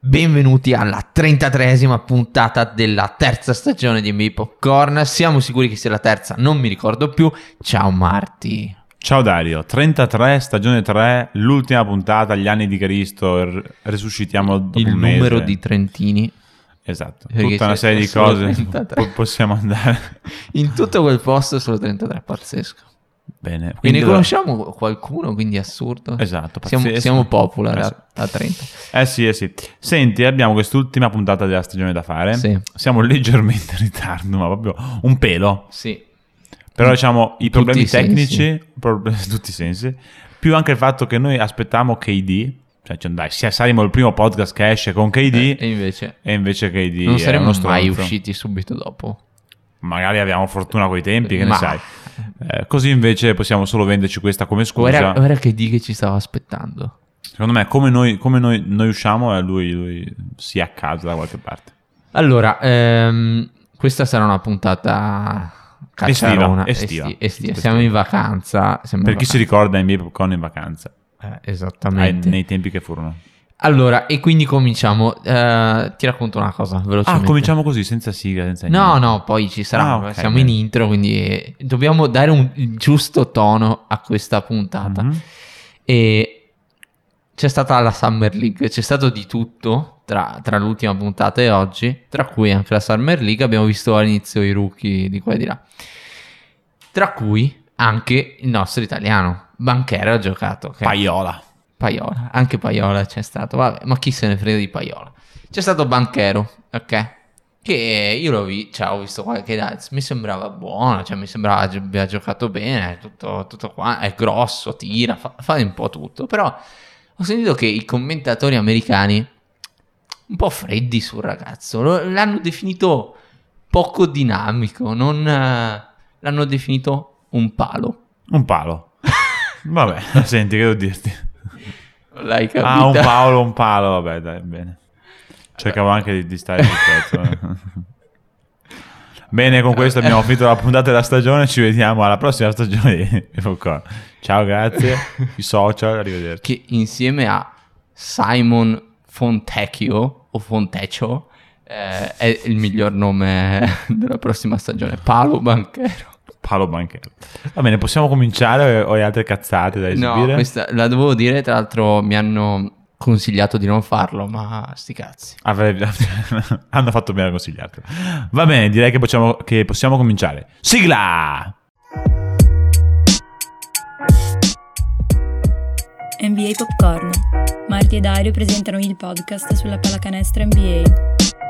Benvenuti alla 33esima puntata della terza stagione di NBA Popcorn. Siamo sicuri che sia la terza, non mi ricordo più. Ciao Marti. Ciao Dario, 33, stagione 3, l'ultima puntata, gli anni di Cristo, resuscitiamo dopo il un mese. Numero di Trentini. Esatto, Perché tutta una serie di cose possiamo andare. In tutto quel posto solo 33, pazzesco. Bene. E ne conosciamo qualcuno, quindi è assurdo. Esatto, siamo popular a 30. Sì. Senti, abbiamo quest'ultima puntata della stagione da fare. Sì. Siamo leggermente in ritardo, ma proprio un pelo. Sì. Però diciamo i problemi tecnici, in tutti i sensi, più anche il fatto che noi aspettavamo KD, cioè dai, saremo il primo podcast che esce con KD e invece KD non saremmo mai stronzo. usciti subito dopo. Magari abbiamo fortuna coi tempi, che ne sai. Così invece possiamo solo venderci questa come scusa. Ora KD che ci stava aspettando. Secondo me come noi usciamo lui sia a casa da qualche parte. Allora, questa sarà una puntata cacciarona, estiva. Siamo in vacanza. Per chi si ricorda NBA Popcorn in vacanza. Esattamente. Nei tempi che furono. Allora, e quindi cominciamo. Ti racconto una cosa velocemente. Cominciamo così, senza sigla, senza niente. No, poi ci sarà. Okay, siamo in intro, quindi dobbiamo dare il giusto tono a questa puntata. Mm-hmm. E c'è stata la Summer League, c'è stato di tutto tra l'ultima puntata e oggi, tra cui anche la Summer League. Abbiamo visto all'inizio i rookie di qua e di là, tra cui anche il nostro italiano Banchero ha giocato. Okay? Paiola, anche Paiola c'è stato, vabbè, ma chi se ne frega di Paiola. C'è stato Banchero, ok? Che io ho visto qualche data, mi sembrava buono, cioè mi sembrava abbia giocato bene, tutto qua, è grosso, tira, fa un po' tutto, però ho sentito che i commentatori americani un po' freddi sul ragazzo, l'hanno definito poco dinamico, l'hanno definito un palo. Un palo. Vabbè, senti, che devo dirti? L'hai capito? Un palo, vabbè, dai, bene. Cercavo anche di stare sul pezzo. Bene, con questo abbiamo finito la puntata della stagione, ci vediamo alla prossima stagione di Popcorn. Ciao, grazie, i social, arrivederci. Che insieme a Simon Fontecchio o Fontecchio è il miglior nome della prossima stagione, Paolo Banchero. Va bene, possiamo cominciare o hai altre cazzate da esibire? No, questa la dovevo dire, tra l'altro mi hanno consigliato di non farlo, ma sti cazzi. Hanno fatto bene a consigliartelo. Va bene, direi che possiamo cominciare. Sigla! NBA Popcorn. Marti e Dario presentano il podcast sulla pallacanestro NBA.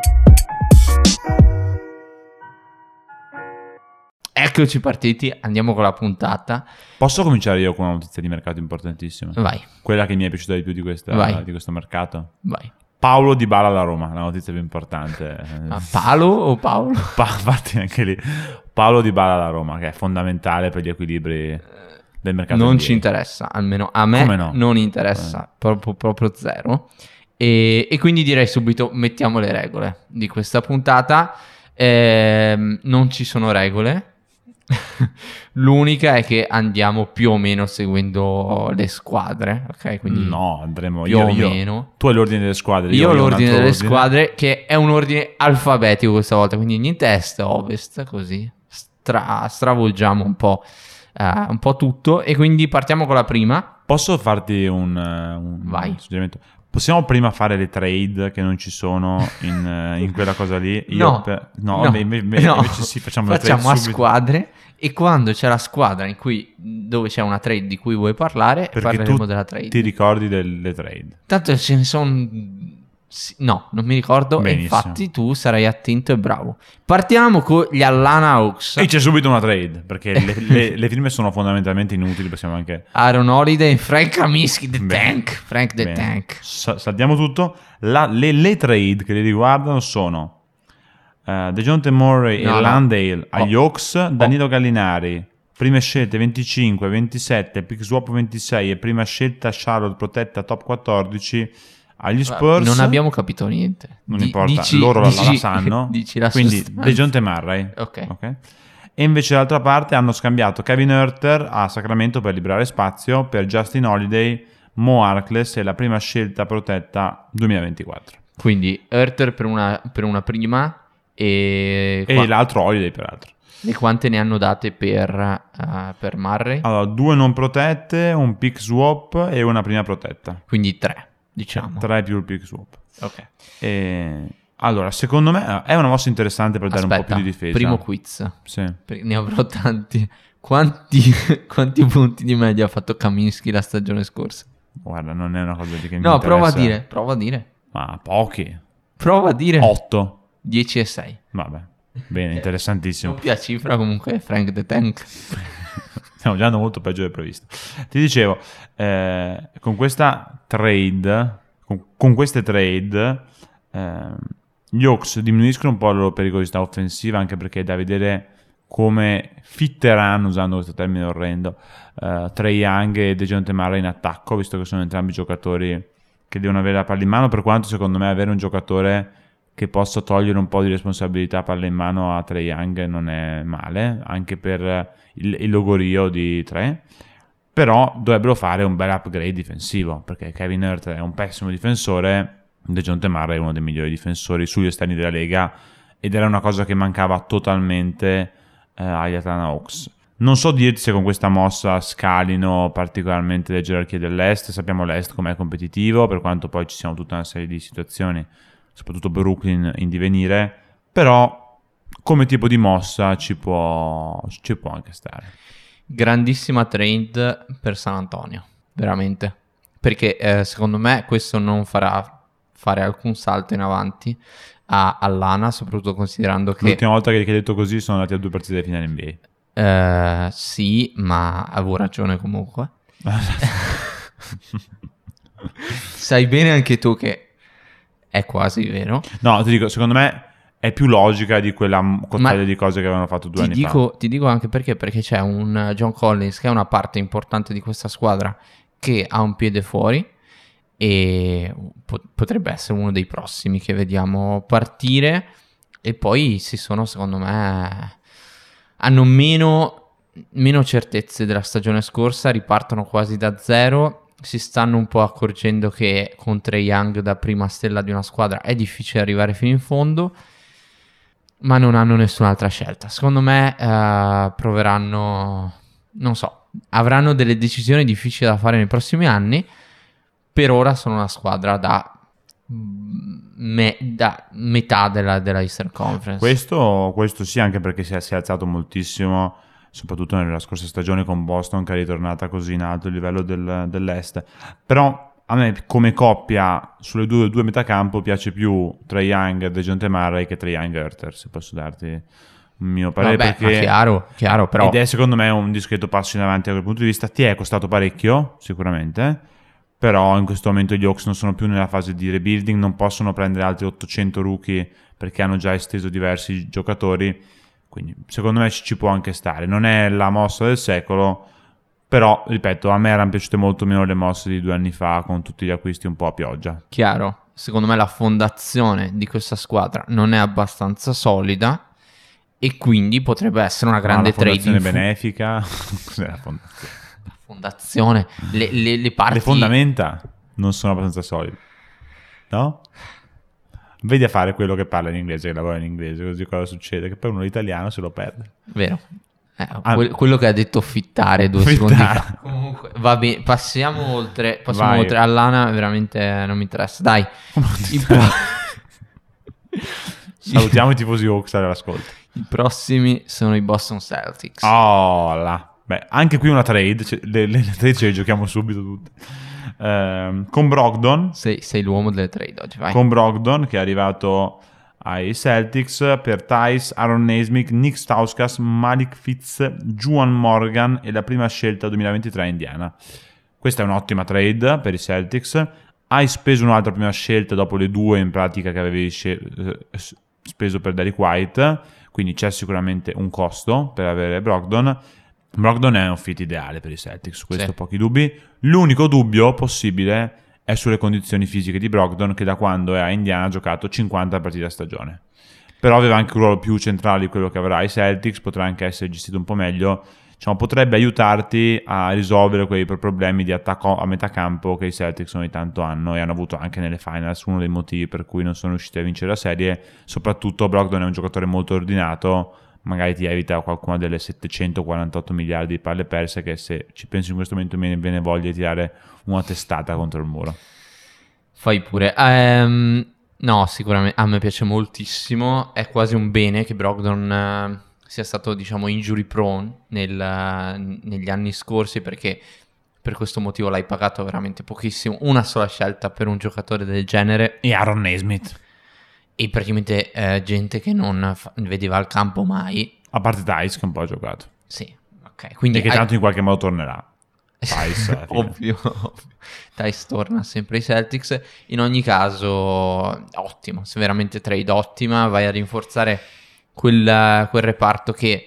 Eccoci partiti, andiamo con la puntata. Posso cominciare io con una notizia di mercato importantissima? Vai. Quella che mi è piaciuta di più di questo mercato? Vai. Paulo Dybala alla Roma, la notizia più importante. Paolo o Paolo? Parti anche lì. Paulo Dybala alla Roma, che è fondamentale per gli equilibri del mercato. Non NBA. ci interessa, almeno a me non interessa, proprio zero. E quindi direi subito, mettiamo le regole di questa puntata. Non ci sono regole. L'unica è che andiamo più o meno seguendo le squadre, ok? Quindi no, andremo più o meno. Tu hai l'ordine delle squadre, io ho l'ordine delle squadre, che è un ordine alfabetico questa volta, quindi niente est ovest, così stravolgiamo un po' tutto, e quindi partiamo con la prima. Posso farti un suggerimento? Possiamo prima fare le trade che non ci sono in quella cosa lì? Invece sì, facciamo le trade a squadre, e quando c'è la squadra dove c'è una trade di cui vuoi parlare, perché parleremo della trade. Ti ricordi delle trade? Tanto ce ne sono... No, non mi ricordo. Benissimo. E infatti tu sarai attento e bravo. Partiamo con gli Atlanta Hawks. E c'è subito una trade, perché le firme sono fondamentalmente inutili. Possiamo anche Aaron Holiday, Frank Kaminsky, Frank the Tank. Saltiamo tutto. Le trade che li riguardano sono DeJounte Murray e Landale agli Hawks, Danilo Gallinari, prime scelte 25, 27, pick swap 26 e prima scelta Charlotte protetta top 14 agli Spurs. Non abbiamo capito niente. Non importa, loro la sanno. Quindi DeJounte Murray. Ok. E invece dall'altra parte hanno scambiato Kevin Huerter a Sacramento per liberare spazio per Justin Holiday, Mo Harkless e la prima scelta protetta 2024. Quindi Hurter per una prima e l'altro Holiday peraltro. E quante ne hanno date per Murray? Allora, 2 non protette, un pick swap e una prima protetta. Quindi 3, diciamo. 3 più il pick swap. Ok. Allora, secondo me è una mossa interessante per dare un po' più di difesa. Primo quiz. Sì. Ne avrò tanti. Quanti punti di media ha fatto Kaminsky la stagione scorsa? Guarda, non è una cosa che mi No, interessa. prova a dire. Ma pochi. Prova a dire. 8. 10 e 6. Vabbè, bene, interessantissimo. Doppia cifra comunque Frank the Tank. Stiamo già andando molto peggio del previsto. Ti dicevo, con questa trade, con queste trade, gli Hawks diminuiscono un po' la loro pericolosità offensiva, anche perché è da vedere come fitteranno, usando questo termine orrendo, Trae Young e DeJounte Murray in attacco, visto che sono entrambi giocatori che devono avere la palla in mano, per quanto secondo me avere un giocatore che possa togliere un po' di responsabilità palla in mano a Trae Young non è male, anche per il logorio di Trae. Però dovrebbero fare un bel upgrade difensivo, perché Kevin Huerter è un pessimo difensore, DeJounte Murray è uno dei migliori difensori sugli esterni della Lega, ed era una cosa che mancava totalmente agli Atlanta Hawks. Non so dirti se con questa mossa scalino particolarmente le gerarchie dell'Est. Sappiamo l'Est com'è competitivo, per quanto poi ci siano tutta una serie di situazioni, soprattutto Brooklyn in divenire, però come tipo di mossa ci può anche stare. Grandissima trade per San Antonio, veramente, perché secondo me questo non farà fare alcun salto in avanti a Atlanta, soprattutto considerando che l'ultima volta che hai detto così sono andati a 2 partite di finale NBA. Sì, ma avevo ragione comunque. Sai bene anche tu che è quasi vero. No, ti dico, secondo me è più logica di quella cottaglia di cose che avevano fatto 2 anni fa. Ti dico anche perché c'è un John Collins che è una parte importante di questa squadra che ha un piede fuori e potrebbe essere uno dei prossimi che vediamo partire, e poi secondo me hanno meno certezze della stagione scorsa, ripartono quasi da zero, si stanno un po' accorgendo che con Trae Young da prima stella di una squadra è difficile arrivare fino in fondo, ma non hanno nessun'altra scelta. Secondo me proveranno, non so, avranno delle decisioni difficili da fare nei prossimi anni. Per ora sono una squadra da metà della Eastern Conference. Questo sì, anche perché si è alzato moltissimo, soprattutto nella scorsa stagione con Boston, che è ritornata così in alto il livello dell'Est. Però a me come coppia sulle due metacampo piace più Trae Young e DeJounte Murray che Trae Young Huerter, se posso darti un mio parere. Vabbè, perché chiaro, però. Ed è secondo me un discreto passo in avanti da quel punto di vista. Ti è costato parecchio, sicuramente, però in questo momento gli Hawks non sono più nella fase di rebuilding, non possono prendere altri 800 rookie perché hanno già esteso diversi giocatori, quindi secondo me ci può anche stare. Non è la mossa del secolo, però ripeto, a me erano piaciute molto meno le mosse di 2 anni fa con tutti gli acquisti un po' a pioggia. Chiaro, secondo me la fondazione di questa squadra non è abbastanza solida e quindi potrebbe essere una grande trade. La fondazione benefica? Cos'è la fondazione? Fondazione, le parti, le fondamenta non sono abbastanza solide, no? Vedi a fare quello che parla in inglese, che lavora in inglese, così cosa succede? Che poi uno italiano se lo perde. Vero. Quello che ha detto fittare 2 secondi fa. Comunque, va bene, passiamo oltre. All'Ana veramente non mi interessa. Dai. Salutiamo i tifosi Hawks all'ascolto. I prossimi sono i Boston Celtics. Oh là. Beh, anche qui una trade, le trade ce le giochiamo subito tutte. Con Brogdon. Sei l'uomo delle trade oggi, vai. Con Brogdon, che è arrivato ai Celtics per Theis, Aaron Nesmith, Nick Stauskas, Malik Fitz, Juwan Morgan e la prima scelta 2023 a Indiana. Questa è un'ottima trade per i Celtics. Hai speso un'altra prima scelta dopo le 2 in pratica che avevi speso per Derrick White, quindi c'è sicuramente un costo per avere Brogdon. Brogdon è un fit ideale per i Celtics, su questo sì. Pochi dubbi. L'unico dubbio possibile è sulle condizioni fisiche di Brogdon, che da quando è a Indiana ha giocato 50 partite a stagione. Però aveva anche un ruolo più centrale di quello che avrà ai Celtics, potrà anche essere gestito un po' meglio. diciamo, potrebbe aiutarti a risolvere quei problemi di attacco a metà campo che i Celtics ogni tanto hanno, e hanno avuto anche nelle finals. Uno dei motivi per cui non sono riusciti a vincere la serie, soprattutto Brogdon è un giocatore molto ordinato, magari ti evita qualcuna delle 748 miliardi di palle perse che, se ci penso in questo momento, mi viene voglia di tirare una testata contro il muro. Fai pure. No, sicuramente a me piace moltissimo. È quasi un bene che Brogdon sia stato, diciamo, injury prone negli anni scorsi, perché per questo motivo l'hai pagato veramente pochissimo. Una sola scelta per un giocatore del genere. E Aaron Nesmith. E praticamente gente che non vedeva il campo mai. A parte Tice che un po' ha giocato. Sì, ok. Quindi e che tanto in qualche modo tornerà. Tice, ovvio. Tice torna sempre ai Celtics. In ogni caso, ottimo. Se veramente trade ottima, vai a rinforzare quel reparto che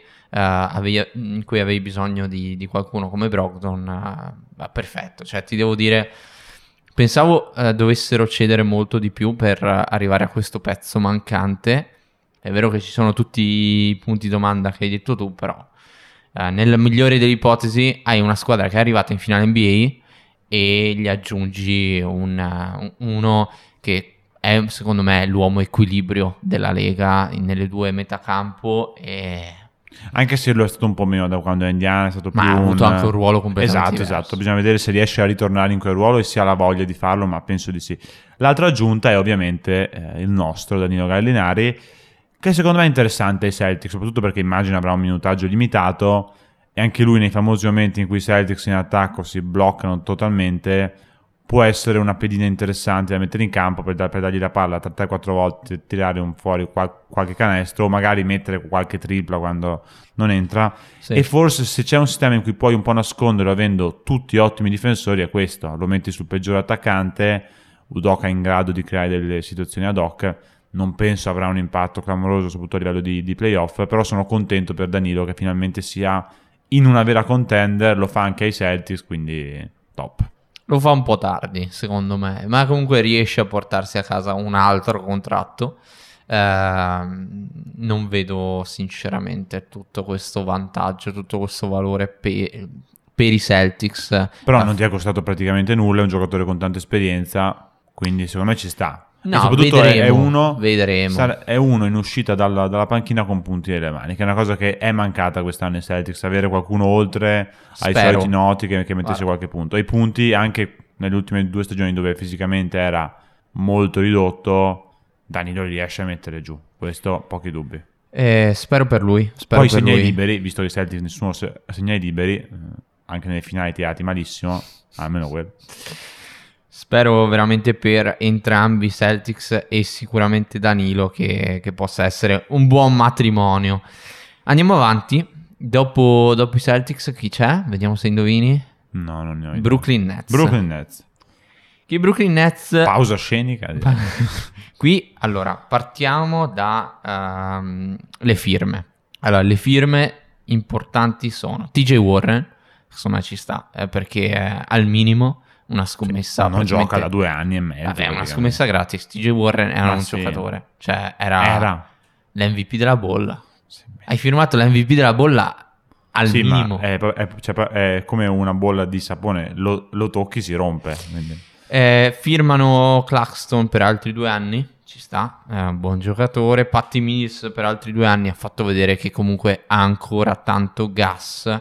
in cui avevi bisogno di qualcuno come Brogdon. Perfetto. Cioè, ti devo dire, pensavo dovessero cedere molto di più per arrivare a questo pezzo mancante. È vero che ci sono tutti i punti domanda che hai detto tu, però nella migliore delle ipotesi hai una squadra che è arrivata in finale NBA e gli aggiungi uno che è, secondo me, l'uomo equilibrio della Lega nelle due metacampo. Anche se lo è stato un po' meno da quando è Indiana, è stato più ha avuto anche un ruolo completamente diverso. Esatto, bisogna vedere se riesce a ritornare in quel ruolo e se ha la voglia di farlo, ma penso di sì. L'altra aggiunta è ovviamente il nostro Danilo Gallinari, che secondo me è interessante ai Celtics, soprattutto perché immagino avrà un minutaggio limitato, e anche lui nei famosi momenti in cui i Celtics in attacco si bloccano totalmente può essere una pedina interessante da mettere in campo per dargli la palla 3-4 volte, tirare fuori qualche canestro, o magari mettere qualche tripla quando non entra. Sì. E forse se c'è un sistema in cui puoi un po' nasconderlo avendo tutti ottimi difensori è questo: lo metti sul peggiore attaccante, Udoka è in grado di creare delle situazioni ad hoc. Non penso avrà un impatto clamoroso, soprattutto a livello di playoff, però sono contento per Danilo che finalmente sia in una vera contender, lo fa anche ai Celtics, quindi top. Lo fa un po' tardi, secondo me, ma comunque riesce a portarsi a casa un altro contratto. Non vedo sinceramente tutto questo vantaggio, tutto questo valore per i Celtics. Però non ti è costato praticamente nulla, è un giocatore con tanta esperienza, quindi secondo me ci sta. No, e soprattutto vedremo. È uno in uscita dalla panchina con punti nelle mani, che è una cosa che è mancata quest'anno ai Celtics, avere qualcuno oltre ai soliti noti che mettesse qualche punto. I punti, anche nelle ultime 2 stagioni dove fisicamente era molto ridotto, Danilo riesce a mettere giù, questo pochi dubbi. Spero per lui. Poi segnali liberi, visto che i Celtics nessuno segnali liberi, anche nelle finali tirati malissimo, almeno quello. Spero veramente per entrambi i Celtics e sicuramente Danilo che possa essere un buon matrimonio. Andiamo avanti. Dopo i Celtics chi c'è? Vediamo se indovini. No, non ne ho idea. Brooklyn Nets. Che Brooklyn Nets... Pausa scenica. Qui, allora, partiamo da le firme. Allora, le firme importanti sono TJ Warren, insomma ci sta, perché è al minimo una scommessa. Non gioca da 2 anni e mezzo. Vabbè, una scommessa gratis. TJ Warren era giocatore, cioè era l'MVP della bolla. Sì, hai firmato l'MVP della bolla al minimo. È come una bolla di sapone, lo tocchi si rompe. Firmano Claxton per altri 2 anni, ci sta, è un buon giocatore. Patty Mills per altri 2 anni, ha fatto vedere che comunque ha ancora tanto gas.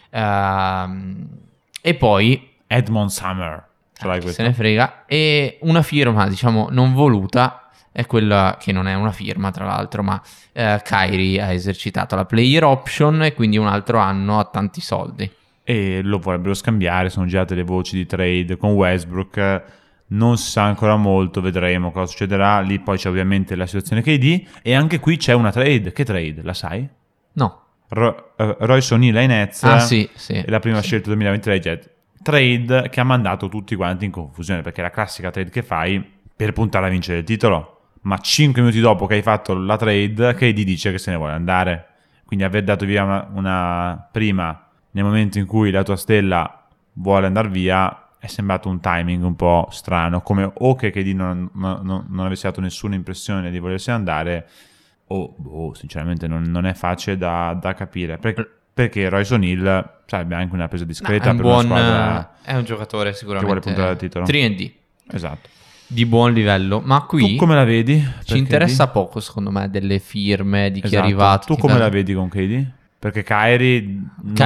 E poi Edmond Summer, se ne frega. E una firma, diciamo, non voluta è quella che non è una firma, tra l'altro, ma Kyrie ha esercitato la player option e quindi un altro anno a tanti soldi. E lo vorrebbero scambiare, sono girate le voci di trade con Westbrook, non si sa ancora molto, vedremo cosa succederà. Lì poi c'è ovviamente la situazione KD e anche qui c'è una trade. Che trade? La sai? No. Royce O'Neal ai Nets, sì. E la prima scelta 2023 Jet. Trade che ha mandato tutti quanti in confusione, perché è la classica trade che fai per puntare a vincere il titolo, ma 5 minuti dopo che hai fatto la trade KD dice che se ne vuole andare. Quindi aver dato via una prima nel momento in cui la tua stella vuole andare via è sembrato un timing un po' strano, come o che KD non avesse dato nessuna impressione di volersi andare, o sinceramente non è facile da capire. perché Royce O'Neal sarebbe anche una presa discreta è un per una squadra è un giocatore che vuole sicuramente puntare al titolo. 3&D Esatto. di buon livello, ma qui Tu come la vedi? ci interessa poco secondo me delle firme di chi è Esatto. arrivato. Tu come la vedi con KD? Perché Kyrie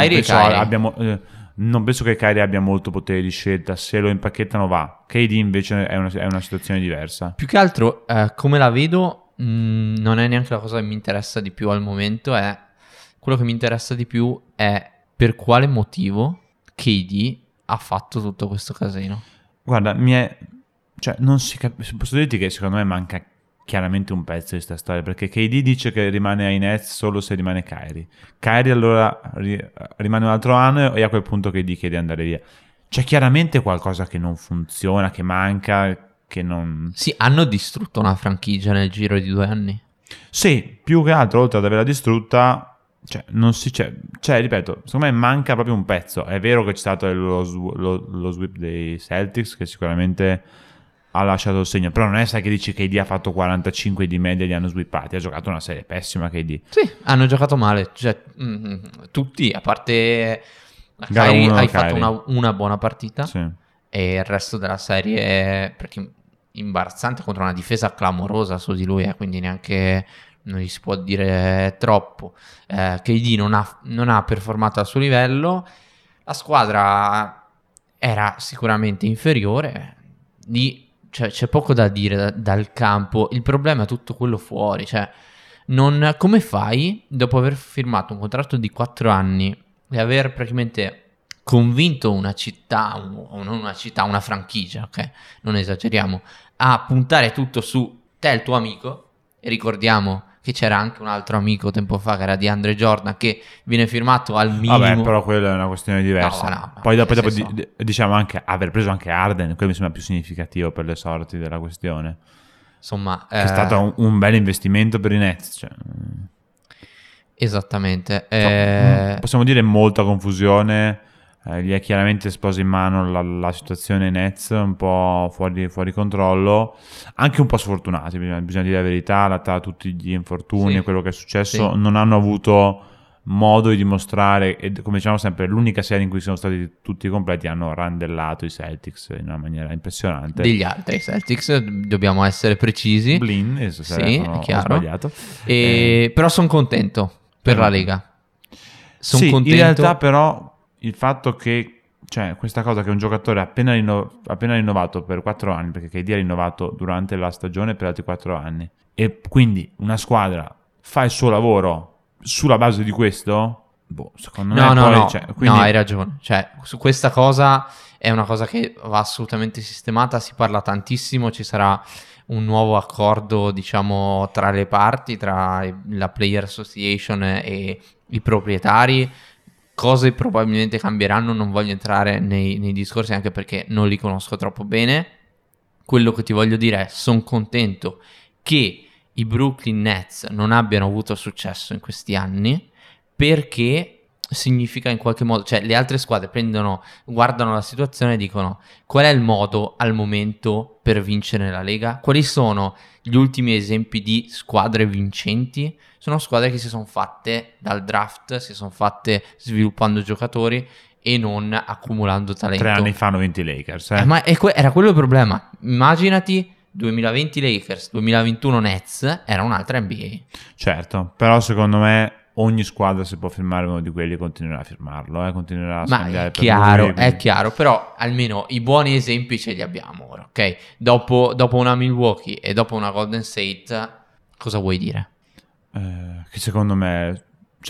non penso che Kyrie abbia molto potere di scelta, se lo impacchettano va. KD invece è una situazione diversa. Più che altro come la vedo non è neanche la cosa che mi interessa di più al momento, è quello che mi interessa di più è per quale motivo KD ha fatto tutto questo casino. Guarda, non si posso dirti che secondo me manca chiaramente un pezzo di questa storia, perché KD dice che rimane ai Nets solo se rimane Kyrie. Kyrie allora rimane un altro anno e a quel punto KD chiede di andare via. C'è chiaramente qualcosa che non funziona, che manca, che non... Sì, hanno distrutto una franchigia nel giro di 2 anni. Sì, più che altro, oltre ad averla distrutta, ripeto, secondo me manca proprio un pezzo. È vero che c'è stato lo sweep dei Celtics, che sicuramente ha lasciato il segno, però non è sai che dici che KD ha fatto 45 di media e li hanno sweepati, ha giocato una serie pessima KD. Sì, hanno giocato male, tutti, a parte Gara Kyrie, uno, hai Kyrie. fatto una buona partita, Sì. e il resto della serie è perché imbarazzante contro una difesa clamorosa su di lui, quindi neanche non gli si può dire troppo. KD non ha performato al suo livello, la squadra era sicuramente inferiore, c'è poco da dire dal campo. Il problema è tutto quello fuori, come fai dopo aver firmato un contratto di 4 anni e aver praticamente convinto una città, o non una città, una franchigia, ok? Non esageriamo, a puntare tutto su te e il tuo amico, e ricordiamo che c'era anche un altro amico tempo fa che era di DeAndre Jordan, che viene firmato al minimo. Vabbè, però quella è una questione diversa. No, poi dopo senso... diciamo anche aver preso anche Harden, quello mi sembra più significativo per le sorti della questione. Insomma, che è stato un bel investimento per i Nets. Esattamente. Possiamo dire molta confusione. Gli è chiaramente esplosa in mano la situazione Nets, un po' fuori controllo, anche un po' sfortunati, bisogna dire la verità, data tutti gli infortuni e quello che è successo, non hanno avuto modo di dimostrare, e come diciamo sempre, l'unica serie in cui sono stati tutti completi hanno randellato i Celtics in una maniera impressionante. Degli altri Celtics, dobbiamo essere precisi. Blin, sì, è chiaro. Ho sbagliato. Però sono contento per la Lega. Sono contento. In realtà però il fatto che questa cosa che un giocatore appena rinnovato per 4 anni, perché KD ha rinnovato durante la stagione per altri 4 anni, e quindi una squadra fa il suo lavoro sulla base di questo, secondo me no, quindi... no, hai ragione, su questa cosa è una cosa che va assolutamente sistemata, si parla tantissimo, ci sarà un nuovo accordo, diciamo, tra le parti, tra la Player Association e i proprietari. Cose probabilmente cambieranno, non voglio entrare nei discorsi anche perché non li conosco troppo bene. Quello che ti voglio dire è: sono contento che i Brooklyn Nets non abbiano avuto successo in questi anni, perché significa in qualche modo, le altre squadre guardano la situazione e dicono: qual è il modo al momento per vincere la Lega? Quali sono gli ultimi esempi di squadre vincenti? Sono squadre che si sono fatte dal draft, si sono fatte sviluppando giocatori e non accumulando talento. 3 anni fa hanno vinto i Lakers. Ma era quello il problema. Immaginati 2020 Lakers, 2021 Nets, era un'altra NBA. Certo, però secondo me ogni squadra, se può firmare uno di quelli, continuerà a firmarlo, continuerà a scambiare per lui, è chiaro, però almeno i buoni esempi ce li abbiamo ora, ok? Dopo una Milwaukee e dopo una Golden State, cosa vuoi dire? Che secondo me,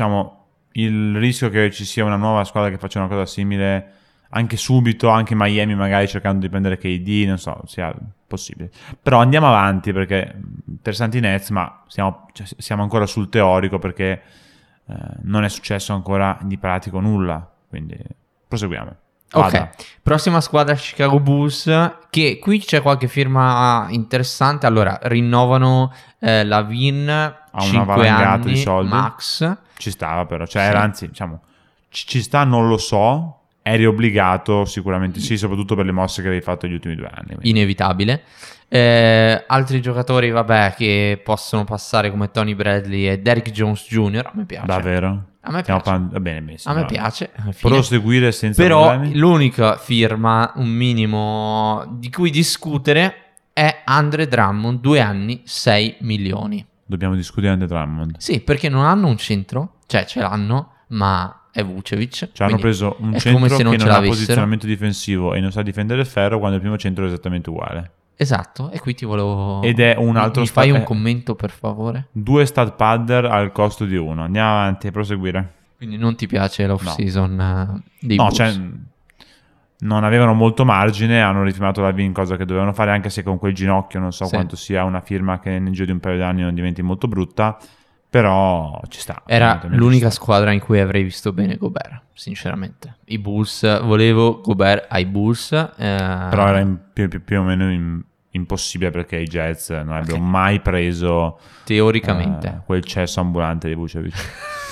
il rischio che ci sia una nuova squadra che faccia una cosa simile anche subito, anche Miami magari cercando di prendere KD, non so, sia possibile. Però andiamo avanti, perché interessanti Nets, ma siamo ancora sul teorico, perché non è successo ancora di pratico nulla, quindi proseguiamo. Vada. Ok, prossima squadra Chicago Bulls, che qui c'è qualche firma interessante. Allora, rinnovano Lavin a 5 anni di soldi. max. Ci stava però, anzi, ci sta, non lo so, eri obbligato sicuramente sì, soprattutto per le mosse che avevi fatto negli ultimi 2 anni. Quindi. Inevitabile. Altri giocatori, che possono passare come Tony Bradley e Derrick Jones Jr. A me piace. Davvero? A me piace. Va bene, sì, A me piace. Proseguire senza Però problemi. l'unica firma, un minimo di cui discutere, è Andre Drummond, 2 anni, 6 milioni. Dobbiamo discutere Andre Drummond. Sì, perché non hanno un centro, cioè ce l'hanno, ma è Vucevic. Cioè hanno preso un centro che non ha posizionamento difensivo e non sa difendere il ferro, quando il primo centro è esattamente uguale. Esatto, e qui ti volevo... Ed è un altro... Mi fai un commento, per favore? 2 stat padder al costo di 1. Andiamo avanti, a proseguire. Quindi non ti piace l'off-season dei No, Bulls? cioè non avevano molto margine, hanno rifirmato la Vin, cosa che dovevano fare, anche se con quel ginocchio non so quanto sia una firma che nel giro di un paio di anni non diventi molto brutta, però ci sta. Era l'unica squadra in cui avrei visto bene Gobert, sinceramente. I Bulls, volevo Gobert ai Bulls. Però era più o meno impossibile, perché i Jazz non avrebbero mai preso teoricamente quel cesso ambulante di Vucevic.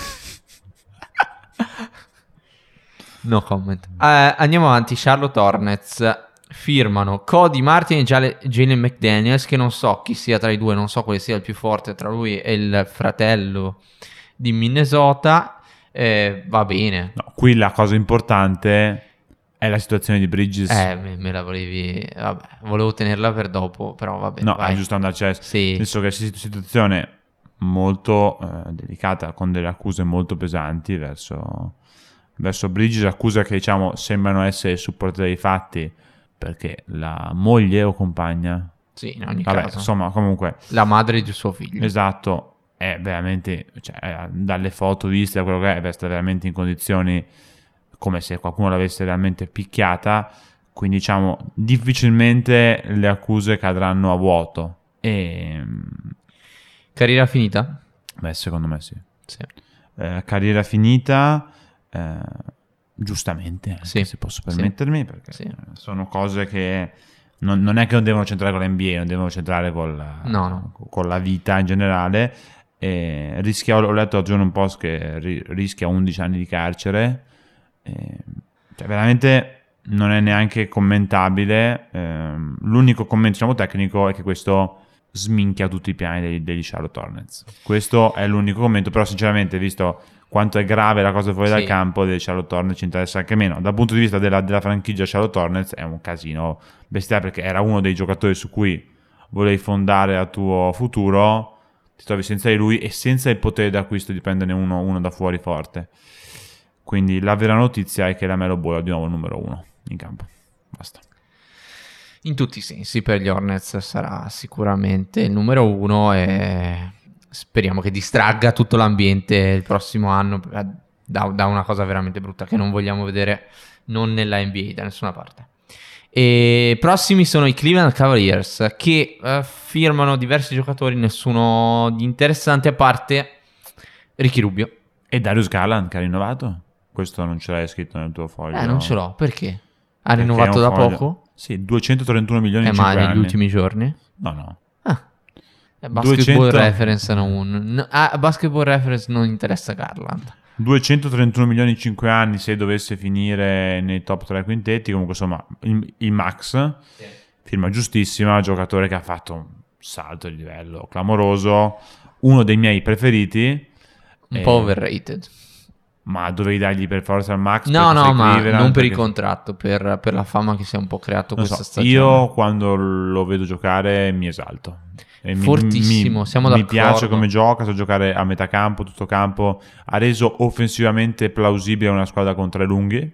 No comment. Andiamo avanti. Charlotte Hornets firmano Cody Martin e Jalen McDaniels, che non so chi sia tra i due, non so quale sia il più forte tra lui e il fratello di Minnesota. Va bene. No, qui la cosa importante è la situazione di Bridges. Me la volevi... Vabbè, volevo tenerla per dopo, però va bene. No, è giusto andarci a... Sì. Penso che sia una situazione molto delicata, con delle accuse molto pesanti verso Bridges, accuse che diciamo sembrano essere supportate dai fatti, perché la moglie o compagna, sì, in ogni caso, insomma, comunque la madre di suo figlio, esatto, è veramente, cioè, dalle foto viste, da quello che è, sta veramente in condizioni come se qualcuno l'avesse realmente picchiata, quindi diciamo difficilmente le accuse cadranno a vuoto. E carriera finita? Beh, secondo me sì. Carriera finita, giustamente, sì, se posso permettermi, perché sì, sono cose che non è che non devono centrare con l'NBA, non devono centrare con la vita in generale. Ho letto oggi un post che rischia 11 anni di carcere, cioè veramente non è neanche commentabile. L'unico commento, diciamo, tecnico è che questo sminchia tutti i piani degli Charlotte Hornets. Questo è l'unico commento, però sinceramente, visto quanto è grave la cosa fuori dal campo, dei Charlotte Hornets ci interessa anche meno. Dal punto di vista della franchigia Charlotte Hornets è un casino bestiale, perché era uno dei giocatori su cui volevi fondare il tuo futuro, ti trovi senza di lui e senza il potere d'acquisto di prenderne uno da fuori forte. Quindi la vera notizia è che la Melo Ball è di nuovo il numero 1 in campo. Basta. In tutti i sensi per gli Hornets sarà sicuramente il numero 1 e speriamo che distragga tutto l'ambiente il prossimo anno da una cosa veramente brutta che non vogliamo vedere, non nella NBA, da nessuna parte. E prossimi sono i Cleveland Cavaliers, che firmano diversi giocatori, nessuno di interessante a parte Ricky Rubio e Darius Garland, che ha rinnovato. Questo non ce l'hai scritto nel tuo foglio? Non ce l'ho, perché? Ha rinnovato da poco? Sì, 231 milioni in 5 anni. Ma negli ultimi giorni? No. Basketball Reference Basketball Reference non interessa Garland. 231 milioni in 5 anni se dovesse finire nei top 3 quintetti. Comunque insomma il max, firma giustissima, giocatore che ha fatto un salto di livello clamoroso, uno dei miei preferiti, un po' overrated. Ma dovevi dargli per forza il max? No, ma non per il contratto, per la fama che si è un po' creato questa stagione. Io quando lo vedo giocare mi esalto. Fortissimo, siamo d'accordo. Mi piace come gioca, sa giocare a metà campo, tutto campo. Ha reso offensivamente plausibile una squadra con 3 lunghi.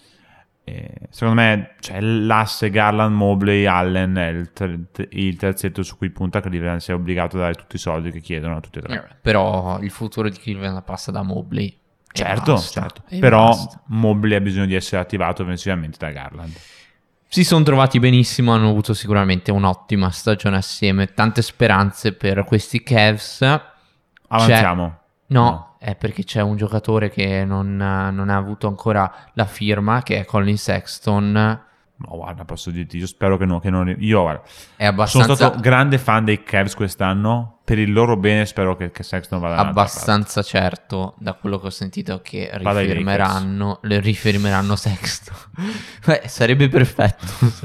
Secondo me, cioè, l'asse Garland, Mobley, Allen è il terzetto su cui punta Cleveland, si è obbligato a dare tutti i soldi che chiedono a tutti e 3. Però il futuro di Cleveland passa da Mobley. Certo. Però Mobley ha bisogno di essere attivato offensivamente da Garland. Si sono trovati benissimo, hanno avuto sicuramente un'ottima stagione assieme, tante speranze per questi Cavs. Avanziamo. No, è perché c'è un giocatore che non ha avuto ancora la firma, che è Colin Sexton. No, guarda, posso dirti, io spero che non io guarda, è abbastanza... sono stato grande fan dei Cavs quest'anno, per il loro bene spero che Sexton vada abbastanza certo, da quello che ho sentito, che rifirmeranno Sexton. Sarebbe perfetto.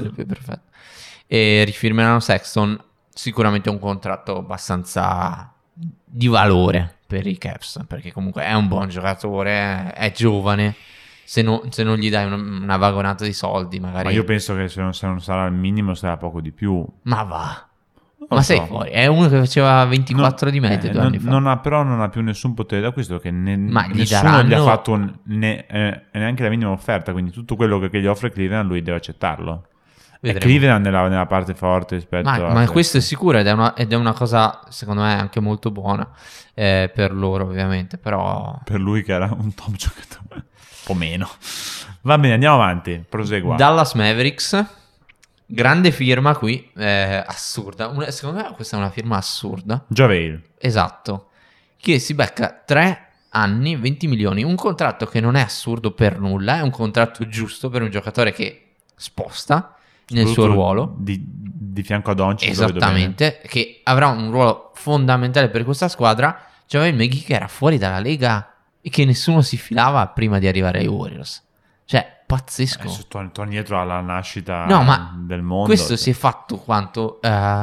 E rifirmeranno Sexton, sicuramente un contratto abbastanza di valore, per i Cavs, perché comunque è un buon giocatore, è giovane. Se non gli dai una vagonata di soldi, magari. Ma io penso che se non sarà il minimo sarà poco di più. Ma va. Non Ma lo sei so. fuori. È uno che faceva 24 di media 2 anni fa. Però non ha più nessun potere d'acquisto, che Ma gli nessuno gli ha daranno- fatto neanche la minima offerta, quindi tutto quello che gli offre Cleveland lui deve accettarlo. E Vedremo. Cleveland nella parte forte rispetto a Ma questo è sicuro ed è una cosa secondo me anche molto buona per loro ovviamente, però per lui che era un top giocatore. Un po' meno. Va bene, andiamo avanti, prosegua. Dallas Mavericks, grande firma qui, assurda. Secondo me questa è una firma assurda. JaVale. Esatto. Che si becca 3 anni, 20 milioni, un contratto che non è assurdo per nulla, è un contratto giusto per un giocatore che sposta nel suo ruolo. Di fianco a Doncic. lo vedo bene. Esattamente, che avrà un ruolo fondamentale per questa squadra. C'aveva il Maghi che era fuori dalla Lega e che nessuno si filava prima di arrivare ai Warriors. Cioè, pazzesco. Adesso torni indietro alla nascita No, ma del mondo. questo si è fatto quanto?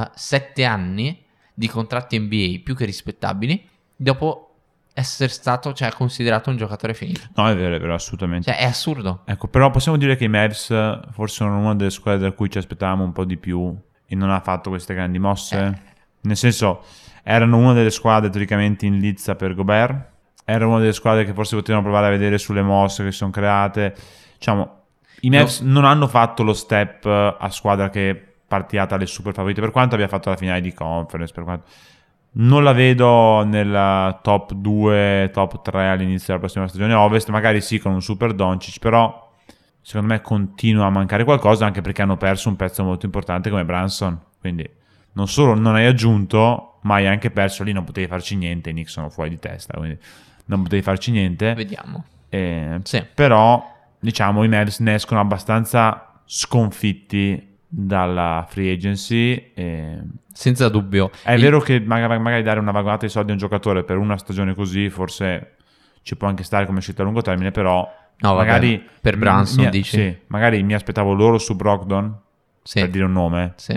7 anni di contratti NBA più che rispettabili dopo essere stato, cioè, considerato un giocatore finito. No, è vero, assolutamente. Cioè, è assurdo. Ecco, però possiamo dire che i Mavs forse sono una delle squadre da cui ci aspettavamo un po' di più e non ha fatto queste grandi mosse. Nel senso, erano una delle squadre teoricamente in lizza per Gobert, era una delle squadre che forse potevano provare a vedere sulle mosse che si sono create. Diciamo, i Mavs non hanno fatto lo step a squadra che partiata alle super favorite, per quanto abbia fatto la finale di conference, per quanto... Non la vedo nella top 2, top 3 all'inizio della prossima stagione Ovest, magari sì con un super Doncic, però secondo me continua a mancare qualcosa, anche perché hanno perso un pezzo molto importante come Brunson, quindi non solo non hai aggiunto, ma hai anche perso, lì non potevi farci niente, i Knicks sono fuori di testa, quindi non potevi farci niente. Vediamo. Sì. Però diciamo i Mavs ne escono abbastanza sconfitti dalla free agency Senza dubbio. è vero che magari dare una vagonata di soldi a un giocatore per una stagione così forse ci può anche stare come scelta a lungo termine, però No, magari vabbè, per Brunson dici? Sì, magari mi aspettavo loro su Brogdon, Sì. per dire un nome. Sì.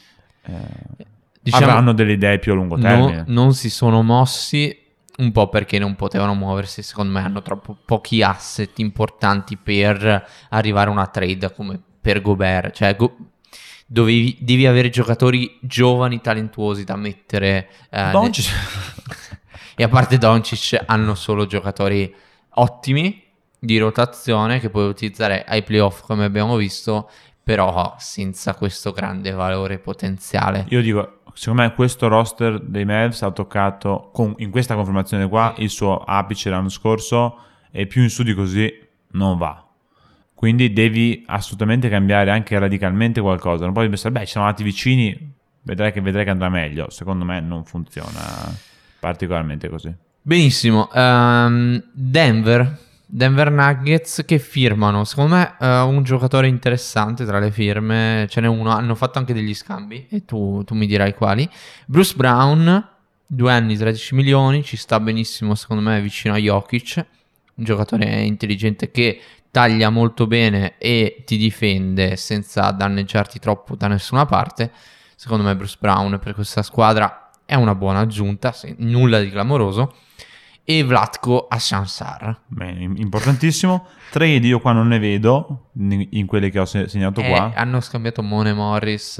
Diciamo, Avranno delle idee più a lungo termine. non si sono mossi un po' perché non potevano muoversi, secondo me hanno troppo pochi asset importanti per arrivare a una trade come per Gobert, cioè devi avere giocatori giovani talentuosi da mettere Doncic. e a parte Doncic hanno solo giocatori ottimi di rotazione che puoi utilizzare ai playoff come abbiamo visto, però senza questo grande valore potenziale. Io dico, secondo me questo roster dei Mavs ha toccato in questa confermazione qua il suo apice l'anno scorso e più in su di così non va. Quindi devi assolutamente cambiare anche radicalmente qualcosa. Non puoi pensare, ci siamo andati vicini, vedrai che andrà meglio. Secondo me non funziona particolarmente così. Benissimo. Denver Nuggets che firmano, secondo me un giocatore interessante tra le firme, ce n'è uno, hanno fatto anche degli scambi e tu mi dirai quali. Bruce Brown, 2 anni 13 milioni, ci sta benissimo secondo me vicino a Jokic, un giocatore intelligente che taglia molto bene e ti difende senza danneggiarti troppo da nessuna parte. Secondo me Bruce Brown per questa squadra è una buona aggiunta, nulla di clamoroso. E Vlatko Ashansar. Bene, importantissimo. Trade io qua non ne vedo in quelle che ho segnato qua. Hanno scambiato Mone Morris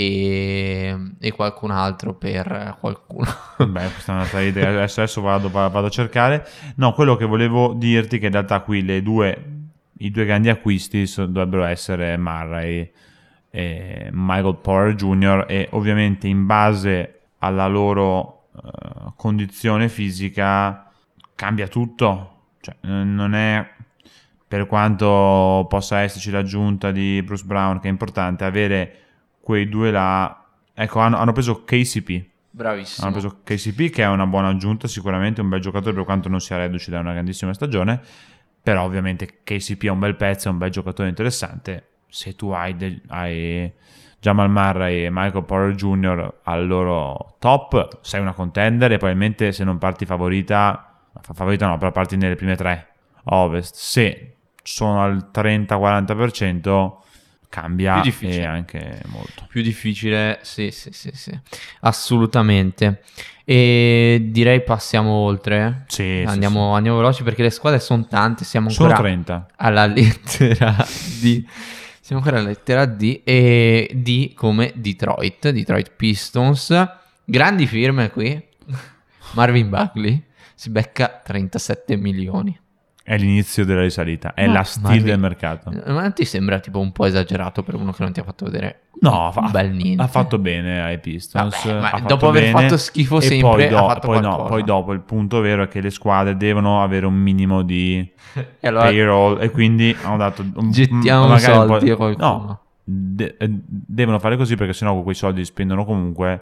e qualcun altro per qualcuno. Beh, questa è una trade. Adesso vado a cercare. No, quello che volevo dirti è che in realtà qui i due grandi acquisti dovrebbero essere Murray e Michael Porter Jr. e ovviamente in base alla loro condizione fisica cambia tutto, cioè non è, per quanto possa esserci l'aggiunta di Bruce Brown che è importante, avere quei due là. Ecco, hanno preso KCP. Bravissimo. Hanno preso KCP che è una buona aggiunta, sicuramente un bel giocatore per quanto non sia reduce da una grandissima stagione, però ovviamente KCP è un bel pezzo, è un bel giocatore interessante. Se tu hai Jamal Murray e Michael Porter Jr. al loro top, sei una contender e probabilmente se non parti favorita no, però parti nelle prime 3 Ovest. Se sono al 30-40%, cambia Più difficile. e anche molto. Più difficile, sì, assolutamente. E direi passiamo oltre. Sì, Andiamo veloci perché le squadre sono tante. Siamo Sono ancora 30. alla lettera D. Siamo ancora alla lettera D e D come Detroit Pistons. Grandi firme qui. Marvin Bagley si becca 37 milioni. È l'inizio della risalita, è Ma- la stil Marvin- del mercato. Ma non ti sembra tipo un po' esagerato per uno che non ti ha fatto vedere No, un bel niente? ha fatto bene ai Pistons. Vabbè, ma ha fatto dopo aver bene, fatto schifo e sempre, poi, ha fatto qualcosa. poi dopo il punto vero è che le squadre devono avere un minimo di E allora payroll e quindi hanno dato gettiamo magari un soldi po'- a qualcuno. No, devono fare così perché sennò con quei soldi li spendono comunque.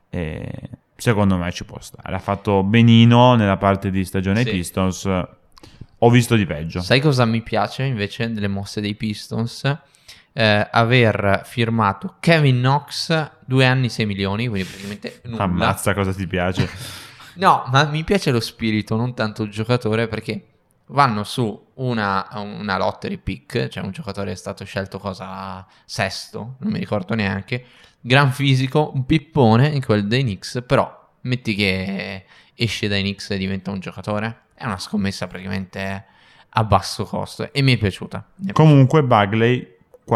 Secondo me ci può stare. Ha fatto benino nella parte di stagione Sì. ai Pistons. Ho visto di peggio. Sai cosa mi piace invece delle mosse dei Pistons? Aver firmato Kevin Knox 2 anni 6 milioni, quindi praticamente nulla. Ammazza, cosa ti piace? No, ma mi piace lo spirito, non tanto il giocatore, perché vanno su una lottery pick, cioè un giocatore è stato scelto sesto, non mi ricordo neanche, gran fisico, un pippone in quel dei Knicks, però metti che esce dai Knicks e diventa un giocatore, è una scommessa praticamente a basso costo e mi è piaciuta. Comunque Bagley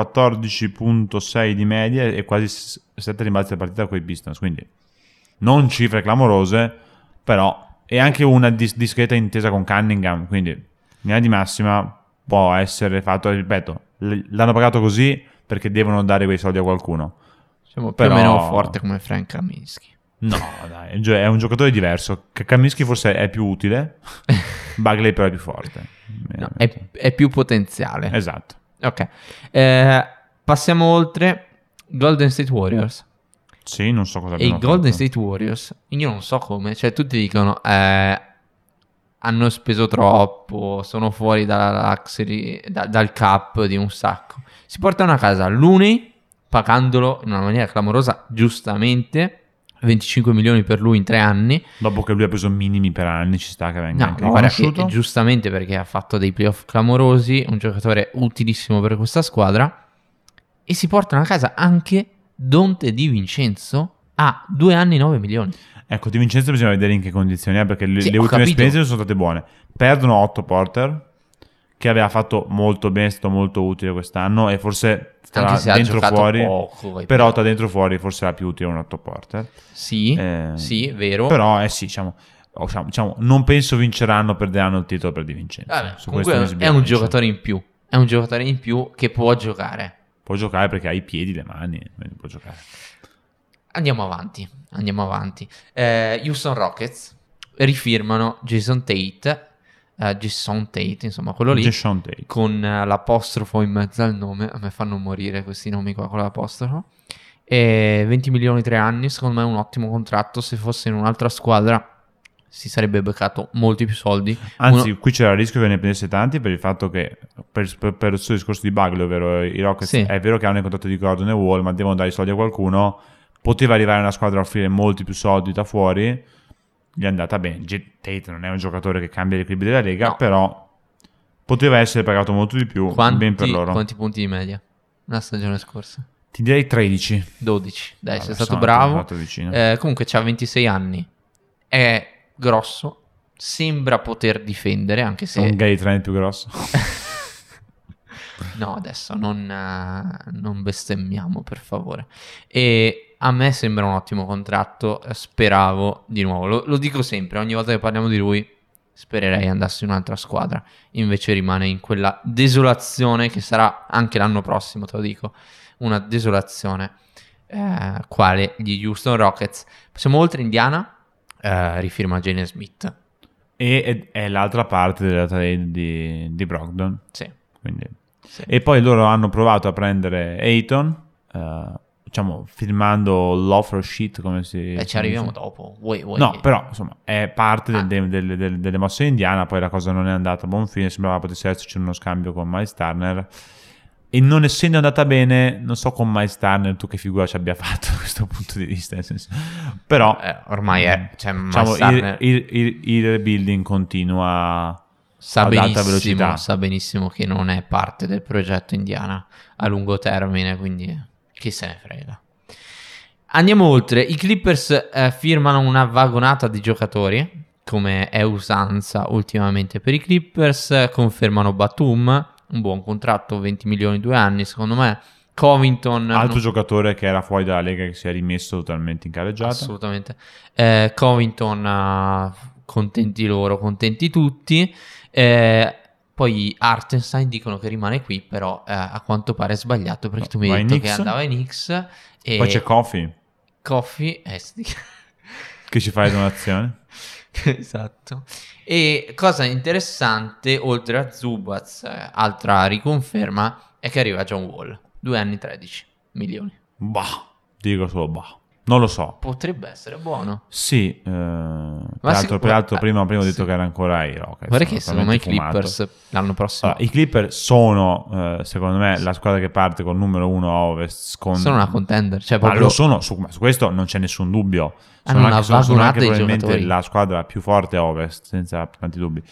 14.6 di media e quasi 7 rimbalzi a partita con i Pistons, quindi non cifre clamorose, però è anche una discreta intesa con Cunningham, quindi in linea di massima può essere fatto, ripeto, l'hanno pagato così perché devono dare quei soldi a qualcuno. Siamo Però- più o meno forte come Frank Kaminsky. No, dai, è un giocatore diverso. Kaminsky forse è più utile, Bagley però è più forte. No, è più potenziale. Esatto. Ok, passiamo oltre. Golden State Warriors. Sì, non so cosa E i abbiano Golden fatto. State Warriors, io non so come, cioè tutti dicono hanno speso troppo, sono fuori dal cap di un sacco. Si portano a casa Looney, pagandolo in una maniera clamorosa, giustamente, 25 milioni per lui in 3 anni. Dopo che lui ha preso minimi per anni, ci sta che venga No, anche ma guarda che riconosciuto. giustamente perché ha fatto dei playoff clamorosi, un giocatore utilissimo per questa squadra, e si portano a casa anche Donte Di Vincenzo a 2 anni 9 milioni. Ecco, Di Vincenzo bisogna vedere in che condizioni è, perché Sì, le ho ultime capito. spese sono state buone. Perdono Otto Porter, che aveva fatto molto bene, è stato molto utile quest'anno e forse Anche se ha dentro giocato fuori, poco. però tra dentro fuori forse era più utile un Otto Porter. Sì, Eh, sì, vero. Però sì, diciamo, non penso vinceranno, perderanno il titolo per Di Vincenzo. Vabbè, Su comunque questo mi è un sbilancio. giocatore in più. È un giocatore in più che può giocare. Può giocare perché ha i piedi, le mani, quindi può giocare. Andiamo avanti. Houston Rockets rifirmano Jason Tate, insomma quello lì, Jason Tate. con l'apostrofo in mezzo al nome. A me fanno morire questi nomi qua con l'apostrofo. E 20 milioni 3 anni, secondo me è un ottimo contratto. Se fosse in un'altra squadra si sarebbe beccato molti più soldi. Anzi, qui c'era il rischio che ne prendesse tanti per il fatto che, per il suo discorso di Bagley, ovvero i Rockets, Sì. è vero che hanno il contratto di Gordon e Wall, ma devono dare i soldi a qualcuno. Poteva arrivare una squadra a offrire molti più soldi da fuori, gli è andata bene. Tate non è un giocatore che cambia gli equilibri della Lega, No. però poteva essere pagato molto di più, ben per loro. Quanti punti di media la stagione scorsa? Ti direi 13. 12. Dai, Vabbè, sei stato sono bravo. andato vicino. Comunque c'ha 26 anni. È grosso. Sembra poter difendere, anche se... Un Gary Trent più grosso. No, adesso non bestemmiamo, per favore. E a me sembra un ottimo contratto. Speravo, di nuovo, lo dico sempre, ogni volta che parliamo di lui, spererei andasse in un'altra squadra. Invece rimane in quella desolazione che sarà anche l'anno prossimo, te lo dico. Una desolazione. Quale gli Houston Rockets. Passiamo oltre. Indiana, rifirma Jalen Smith. E è l'altra parte della trade di Brogdon. Sì. Quindi. Sì. E poi loro hanno provato a prendere Ayton, firmando l'offer sheet, come si Ci arriviamo dice. dopo. Vuoi? No, però insomma è parte Ah. delle mosse di Indiana. Poi la cosa non è andata a buon fine, sembrava potesse esserci uno scambio con Miles Turner, e non essendo andata bene, non so con Miles Turner tu che figura ci abbia fatto da questo punto di vista, nel senso. Però Ormai è... Cioè, diciamo, Miles Turner- il rebuilding continua ad alta velocità. Sa benissimo che non è parte del progetto Indiana a lungo termine, quindi chi se ne frega. Andiamo oltre. I Clippers firmano una vagonata di giocatori, come è usanza ultimamente per i Clippers. Confermano Batum, un buon contratto, 20 milioni 2 anni, secondo me. Covington, altro giocatore che era fuori dalla Lega, che si è rimesso totalmente in careggiata. Assolutamente. Covington, contenti loro, contenti tutti. Poi Hartenstein dicono che rimane qui, però a quanto pare è sbagliato, perché tu mi hai detto che andava in Knicks. E poi c'è Coffee che ci fa le donazioni. Esatto. E cosa interessante, oltre a Zubac, altra riconferma è che arriva John Wall, 2 anni 13 milioni. Dico solo non lo so. Potrebbe essere buono. Sì, peraltro prima ho detto che era ancora ai Rockets. Guarda che secondo me i Clippers l'anno prossimo... Allora, i Clippers sono, secondo me, la squadra che parte col numero 1 a Ovest. Sono una contender. Cioè proprio... lo sono, su questo non c'è nessun dubbio. Sono anche probabilmente la squadra più forte a Ovest, senza tanti dubbi.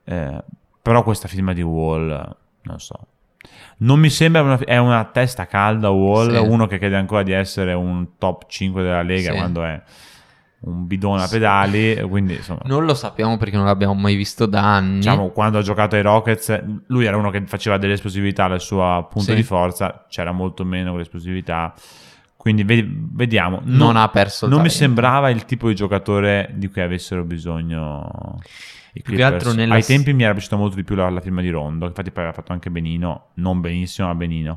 Però questa firma di Wall, non so. Non mi sembra è una testa calda Wall, uno che crede ancora di essere un top 5 della Lega quando è un bidone a pedali, quindi insomma, non lo sappiamo perché non l'abbiamo mai visto da anni. Diciamo, quando ha giocato ai Rockets lui era uno che faceva dell'esplosività il suo punto di forza, c'era molto meno quell'esplosività, quindi vediamo. Non ha perso il non talento. Mi sembrava il tipo di giocatore di cui avessero bisogno i Clippers. Ai tempi mi era piaciuta molto di più la firma di Rondo, infatti poi aveva fatto anche benino, non benissimo ma benino.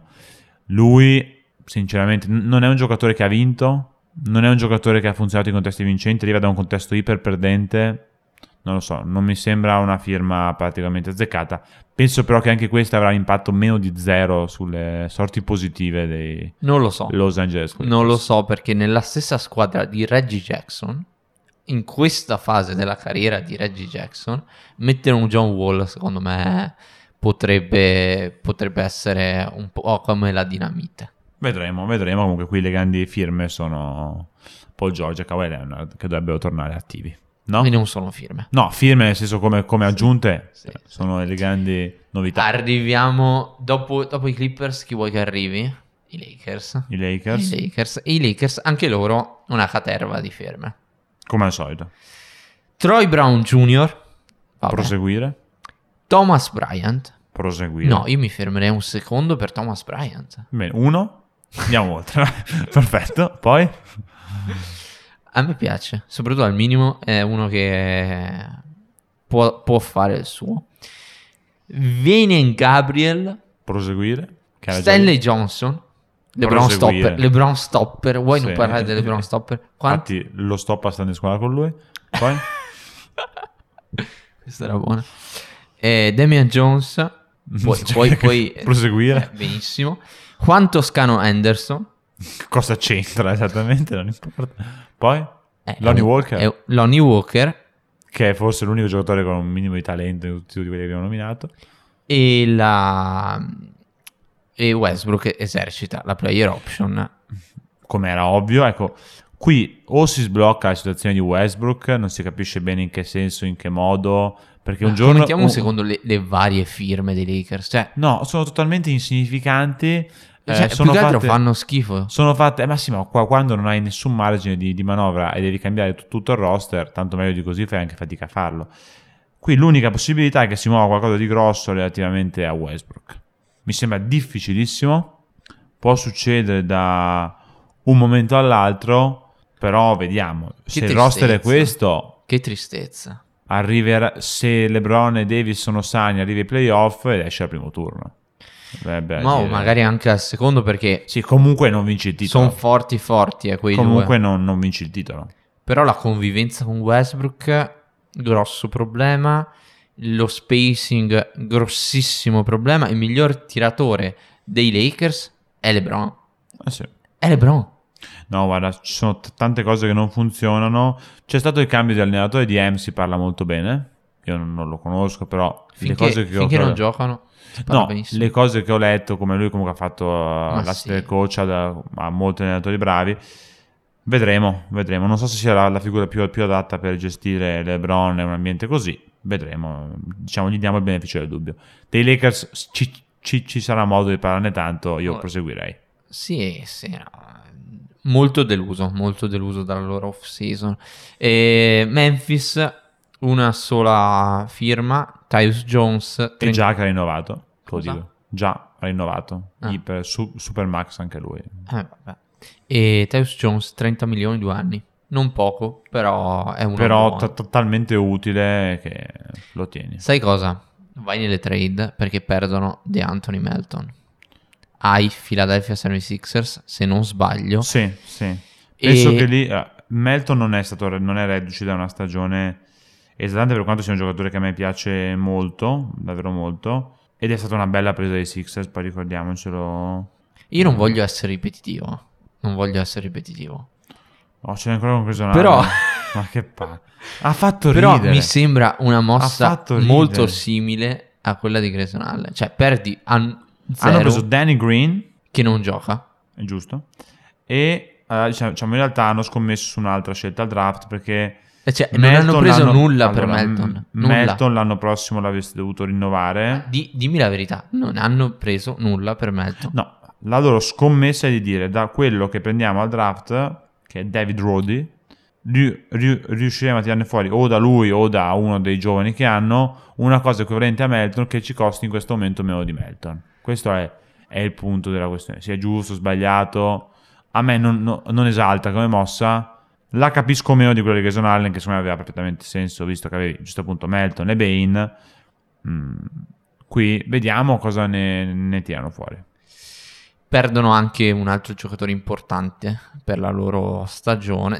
Lui sinceramente non è un giocatore che ha vinto, non è un giocatore che ha funzionato in contesti vincenti, arriva da un contesto iper perdente, non lo so, non mi sembra una firma praticamente azzeccata. Penso però che anche questa avrà un impatto meno di 0 sulle sorti positive dei Los Angeles Clippers. Non lo so, perché nella stessa squadra di Reggie Jackson, in questa fase della carriera di Reggie Jackson, mettere un John Wall secondo me potrebbe essere un po' come la dinamite. Vedremo. Comunque qui le grandi firme sono Paul George e Kawhi Leonard, che dovrebbero tornare attivi, no? Quindi non sono firme. No, firme nel senso come aggiunte, sono le grandi novità. Arriviamo dopo i Clippers, chi vuoi che arrivi? I Lakers. I Lakers, anche loro una caterva di firme. Come al solito. Troy Brown Jr. Proseguire. Thomas Bryant. Proseguire. No, io mi fermerei un secondo per Thomas Bryant. Bene, 1. Andiamo oltre. Perfetto. Poi? A me piace. Soprattutto al minimo è uno che può fare il suo. Venen Gabriel. Proseguire. Stanley Johnson. LeBron Stopper. Vuoi non parlare del LeBron Stopper? Infatti lo stoppa stando in squadra con lui. Poi? Questa era buona. Damian Jones. Puoi proseguire. Benissimo. Juan Toscano Anderson. Cosa c'entra esattamente? Non importa. Poi? Lonnie Walker. Che è forse l'unico giocatore con un minimo di talento di tutti quelli che abbiamo nominato. E Westbrook esercita la player option. Come era ovvio, ecco, qui o si sblocca la situazione di Westbrook, non si capisce bene in che senso, in che modo, perché un giorno... Commentiamo un secondo le varie firme dei Lakers, cioè... No, sono totalmente insignificanti. Più che altro fanno schifo. Sono fatte, ma sì, ma qua quando non hai nessun margine di manovra e devi cambiare tutto il roster, tanto meglio di così fai anche fatica a farlo. Qui l'unica possibilità è che si muova qualcosa di grosso relativamente a Westbrook. Mi sembra difficilissimo, può succedere da un momento all'altro, però vediamo. Se il roster è questo... Che tristezza. Se LeBron e Davis sono sani, arriva ai playoff ed esce al primo turno. Magari anche al secondo, perché... Sì, comunque non vinci il titolo. Sono forti quei comunque due. Non vinci il titolo. Però la convivenza con Westbrook, grosso problema. Lo spacing, grossissimo problema. Il miglior tiratore dei Lakers è LeBron. Sì. È LeBron. No, guarda, ci sono tante cose che non funzionano. C'è stato il cambio di allenatore di si parla molto bene. Io non lo conosco, però finché non giocano benissimo. Le cose che ho letto, come lui comunque ha fatto l'assistant coach a molti allenatori bravi. Vedremo. Non so se sia la figura più adatta per gestire LeBron in un ambiente così. vedremo, diciamo, gli diamo il beneficio del dubbio. Dei Lakers ci sarà modo di parlarne tanto, io proseguirei. Sì, no. Molto deluso dalla loro off-season. E Memphis, una sola firma, Tyus Jones. E già che ha rinnovato, te lo Cosa? dico. Già ha rinnovato, per Supermax anche lui. Vabbè. E Tyus Jones, 30 milioni 2 anni. Non poco, però è un Però talmente utile che lo tieni. Sai cosa? Vai nelle trade perché perdono DeAnthony Melton ai Philadelphia 76ers, se non sbaglio. Sì. Penso che lì Melton non è reduce da una stagione esaltante, per quanto sia un giocatore che a me piace molto, davvero molto, ed è stata una bella presa dei Sixers, poi ricordiamocelo. Io non voglio essere ripetitivo. Oh, ce n'è ancora un preso. Però ma che ha fatto ridere. Però mi sembra una mossa molto simile a quella di Grayson Allen. Cioè perdi a 0, hanno preso Danny Green, che non gioca, è giusto, e diciamo in realtà hanno scommesso su un'altra scelta al draft, perché non hanno preso nulla per Melton. Melton l'anno prossimo l'avreste dovuto rinnovare. Dimmi la verità, non hanno preso nulla per Melton. No, la loro scommessa è di dire: da quello che prendiamo al draft, che è David Roddy, riusciremo a tirarne fuori o da lui o da uno dei giovani che hanno una cosa equivalente a Melton che ci costi in questo momento meno di Melton. Questo è il punto della questione. Sia giusto o sbagliato, a me non esalta come mossa. La capisco meno di quella di Grayson Allen, che secondo me aveva perfettamente senso, visto che avevi giusto appunto Melton e Bane. Qui vediamo cosa ne tirano fuori. Perdono anche un altro giocatore importante per della loro stagione,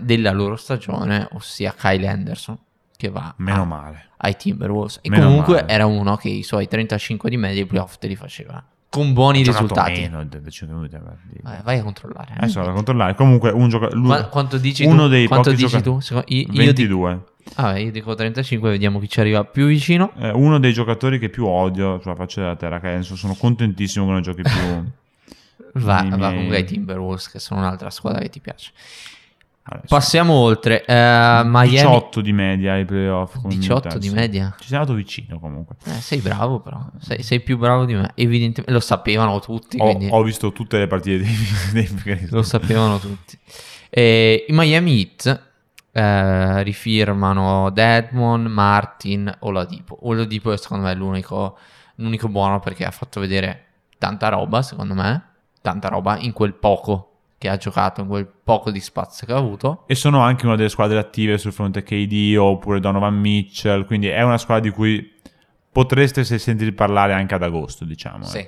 ossia Kyle Anderson, che va male ai Timberwolves. E meno comunque male. Era uno che i suoi 35 di media ai playoff te li faceva con buoni risultati. Meno di 5 minuti. Vai a controllare. Adesso vado a controllare. Comunque un giocatore. Quanto dici uno tu? Dei Quanto pochi dici tu? 22. Io dico 35, vediamo chi ci arriva più vicino. Uno dei giocatori che più odio sulla faccia della terra, che adesso sono contentissimo che non giochi più. Va comunque ai Timberwolves, che sono un'altra squadra che ti piace. Adesso. Passiamo oltre. Miami 18 di media ai playoff. 18 di media? Ci sei andato vicino comunque. Sei bravo però. Sei più bravo di me. Evidentemente lo sapevano tutti. Ho visto tutte le partite dei lo sapevano tutti. I Miami Heat rifirmano Dedmon, Martin, Oladipo. Oladipo secondo me è l'unico buono, perché ha fatto vedere tanta roba, secondo me. Tanta roba in quel poco che ha giocato, in quel poco di spazio che ha avuto. E sono anche una delle squadre attive sul fronte KD oppure Donovan Mitchell, quindi è una squadra di cui potreste sentire parlare anche ad agosto, diciamo. Sì. Ecco.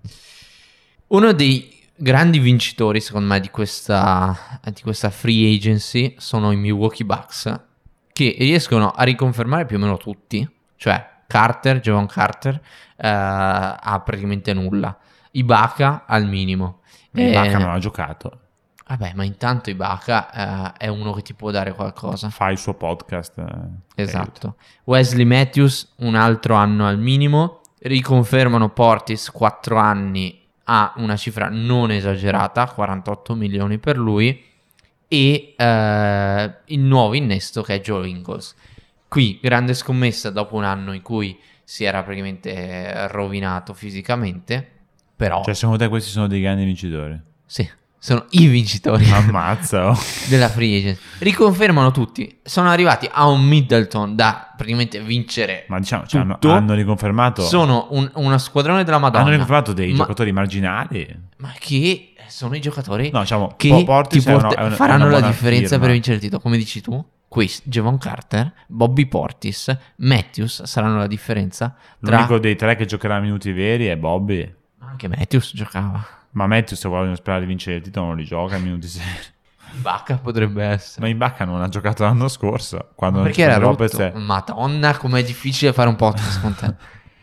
Uno dei grandi vincitori, secondo me, di questa free agency sono i Milwaukee Bucks, che riescono a riconfermare più o meno tutti, cioè Javon Carter ha praticamente nulla, Ibaka al minimo. Ibaka non ha giocato. Vabbè, ma intanto Ibaka è uno che ti può dare qualcosa. Fa il suo podcast. Esatto. Wesley Matthews un altro anno al minimo. Riconfermano Portis 4 anni a una cifra non esagerata, 48 milioni per lui. E il nuovo innesto che è Joe Ingles. Qui grande scommessa dopo un anno in cui si era praticamente rovinato fisicamente. Però, cioè, secondo te questi sono dei grandi vincitori? Sì, sono i vincitori. Ammazza. Della free agency. Riconfermano tutti. Sono arrivati a un Middleton da praticamente vincere. Ma diciamo, tutto. Hanno riconfermato. Sono una squadrone della Madonna. Hanno riconfermato dei giocatori marginali. Ma che sono i giocatori diciamo, che Portis faranno la differenza firma per vincere il titolo. Come dici tu, Javon Carter, Bobby Portis, Matthews saranno la differenza. L'unico dei tre che giocherà minuti veri è Bobby. Anche Matthews giocava. Ma Matthews, se vogliono sperare di vincere il titolo, non li gioca a minuti seri. Ibaka potrebbe essere. Ma Ibaka non ha giocato l'anno scorso. Perché era rotto? Madonna, com'è difficile fare un podcast con te.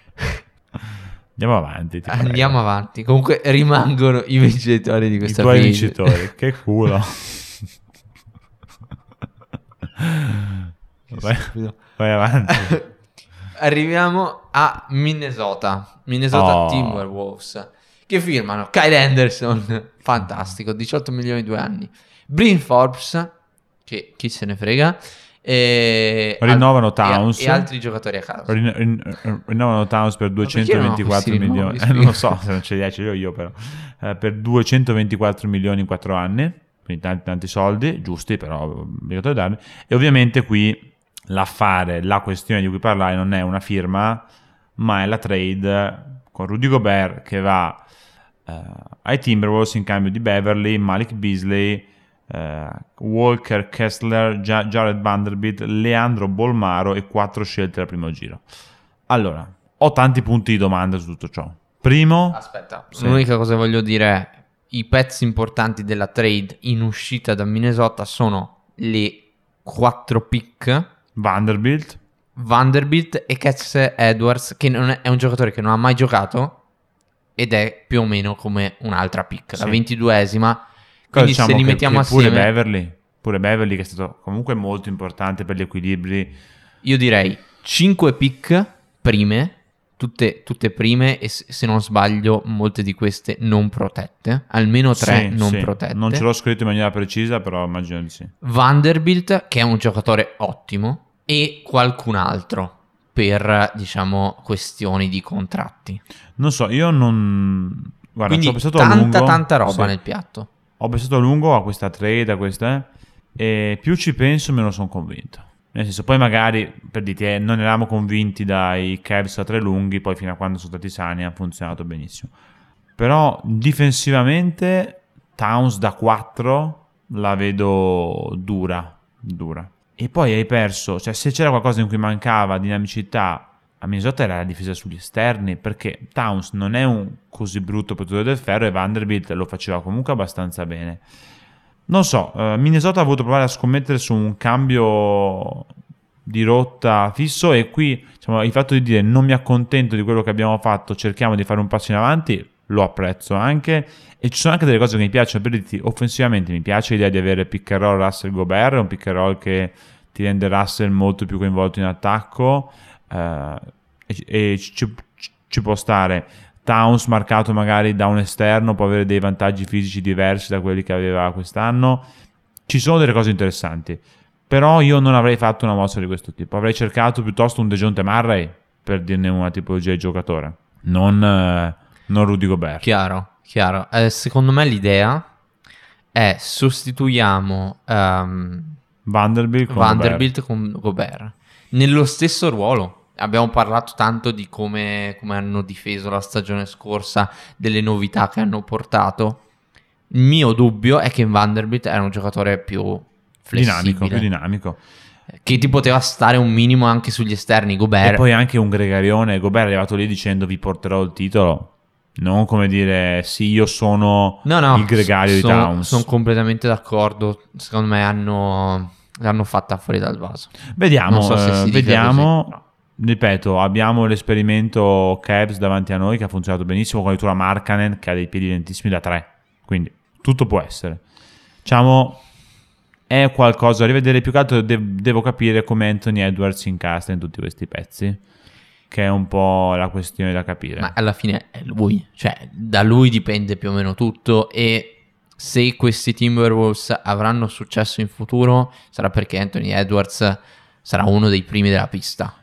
Andiamo avanti. Andiamo avanti. Comunque rimangono i vincitori di questa free agency. I tuoi vincitori, che culo. Vai avanti. Arriviamo a Minnesota Timberwolves, che firmano Kyle Anderson, fantastico, 18 milioni 2 anni, Bryn Forbes, che chi se ne frega, Rinnovano Towns e altri giocatori a caso. Rinnovano Towns per 224 milioni. Non lo so se non ce li hai, ce li ho io, però per 224 milioni in 4 anni, quindi tanti soldi giusti, però obbligatorio darli. E ovviamente qui l'affare, la questione di cui parlare non è una firma, ma è la trade con Rudy Gobert che va ai Timberwolves in cambio di Beverly, Malik Beasley, Walker Kessler, Jared Vanderbilt, Leandro Bolmaro e 4 scelte al primo giro. Allora, ho tanti punti di domanda su tutto ciò. Primo, aspetta, l'unica cosa che voglio dire è i pezzi importanti della trade in uscita da Minnesota sono le 4 pick Vanderbilt e Kessler Edwards, che è un giocatore che non ha mai giocato ed è più o meno come un'altra pick, la 22esima. Quindi diciamo se li mettiamo assieme, pure Beverly che è stato comunque molto importante per gli equilibri. Io direi 5 pick prime, tutte prime, e se non sbaglio molte di queste non protette, almeno 3 protette. Non ce l'ho scritto in maniera precisa, però immagino di sì. Vanderbilt, che è un giocatore ottimo, e qualcun altro per, diciamo, questioni di contratti. Non so, io non... Guarda, quindi ci ho pensato a lungo. Tanta roba nel piatto. Ho pensato a lungo a questa trade, a questa, e più ci penso meno sono convinto. Nel senso, poi magari, per dirti, non eravamo convinti dai Cavs a 3 lunghi, poi fino a quando sono stati sani ha funzionato benissimo. Però difensivamente Towns da 4 la vedo dura. E poi hai perso, cioè se c'era qualcosa in cui mancava dinamicità a Minnesota era la difesa sugli esterni, perché Towns non è un così brutto protettore del ferro e Vanderbilt lo faceva comunque abbastanza bene. Non so, Minnesota ha voluto provare a scommettere su un cambio di rotta fisso, e qui, diciamo, il fatto di dire non mi accontento di quello che abbiamo fatto, cerchiamo di fare un passo in avanti, lo apprezzo anche, e ci sono anche delle cose che mi piacciono. Per dirti, offensivamente mi piace l'idea di avere pick and roll Russell Gobert, un pick and roll che ti rende Russell molto più coinvolto in attacco, e ci può stare. Towns marcato magari da un esterno può avere dei vantaggi fisici diversi da quelli che aveva quest'anno. Ci sono delle cose interessanti, però io non avrei fatto una mossa di questo tipo. Avrei cercato piuttosto un DeJounte Murray, per dirne una tipologia di giocatore, non Rudy Gobert. Chiaro. Secondo me l'idea è sostituiamo Vanderbilt con Gobert nello stesso ruolo. Abbiamo parlato tanto di come hanno difeso la stagione scorsa, delle novità che hanno portato. Il mio dubbio è che Vanderbilt era un giocatore più flessibile, più dinamico, che ti poteva stare un minimo anche sugli esterni. Gobert, e poi anche un gregarione. Gobert è arrivato lì dicendo vi porterò il titolo, non come dire sì, io sono il gregario di Towns. Sono completamente d'accordo. Secondo me l'hanno fatta fuori dal vaso. Vediamo, non so se si vediamo. Così. Ripeto, abbiamo l'esperimento Cavs davanti a noi che ha funzionato benissimo con l'aiutura Markkanen, che ha dei piedi lentissimi da 3, quindi tutto può essere. Diciamo, è qualcosa da rivedere. Più che altro devo capire come Anthony Edwards incastra in tutti questi pezzi, che è un po' la questione da capire. Ma alla fine è lui, cioè da lui dipende più o meno tutto, e se questi Timberwolves avranno successo in futuro sarà perché Anthony Edwards sarà uno dei primi della pista.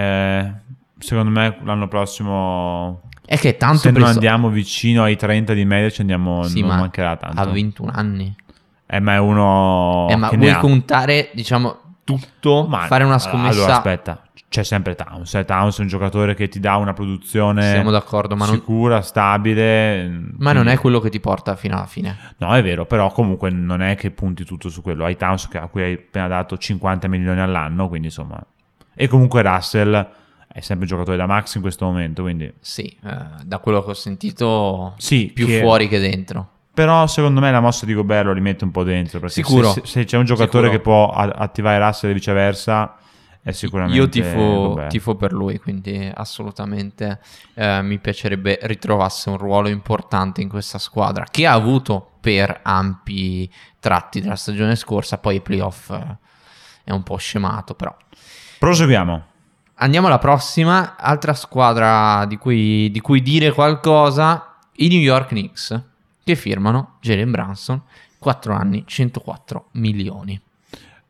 Secondo me l'anno prossimo è che tanto se non andiamo vicino ai 30 di media ci andiamo, sì, non mancherà tanto. Ha 21 anni. Ma è uno ma che vuoi contare, diciamo, tutto, fare una scommessa? Allora aspetta, c'è sempre Towns. Towns è un giocatore che ti dà una produzione, siamo d'accordo, ma sicura, stabile. Ma non è quello che ti porta fino alla fine. No, è vero, però comunque non è che punti tutto su quello. Hai Towns a cui hai appena dato 50 milioni all'anno, quindi insomma. E comunque Russell è sempre un giocatore da max in questo momento, quindi sì, da quello che ho sentito, sì, più fuori che dentro. Però secondo me la mossa di Gobert lo rimette un po' dentro, perché sicuro, se c'è un giocatore che può attivare Russell e viceversa è sicuramente io tifo per lui, quindi assolutamente mi piacerebbe ritrovasse un ruolo importante in questa squadra, che ha avuto per ampi tratti della stagione scorsa. Poi i playoff è un po' scemato, però proseguiamo. Andiamo alla prossima, altra squadra di cui dire qualcosa, i New York Knicks, che firmano Jalen Brunson, 4 anni, 104 milioni.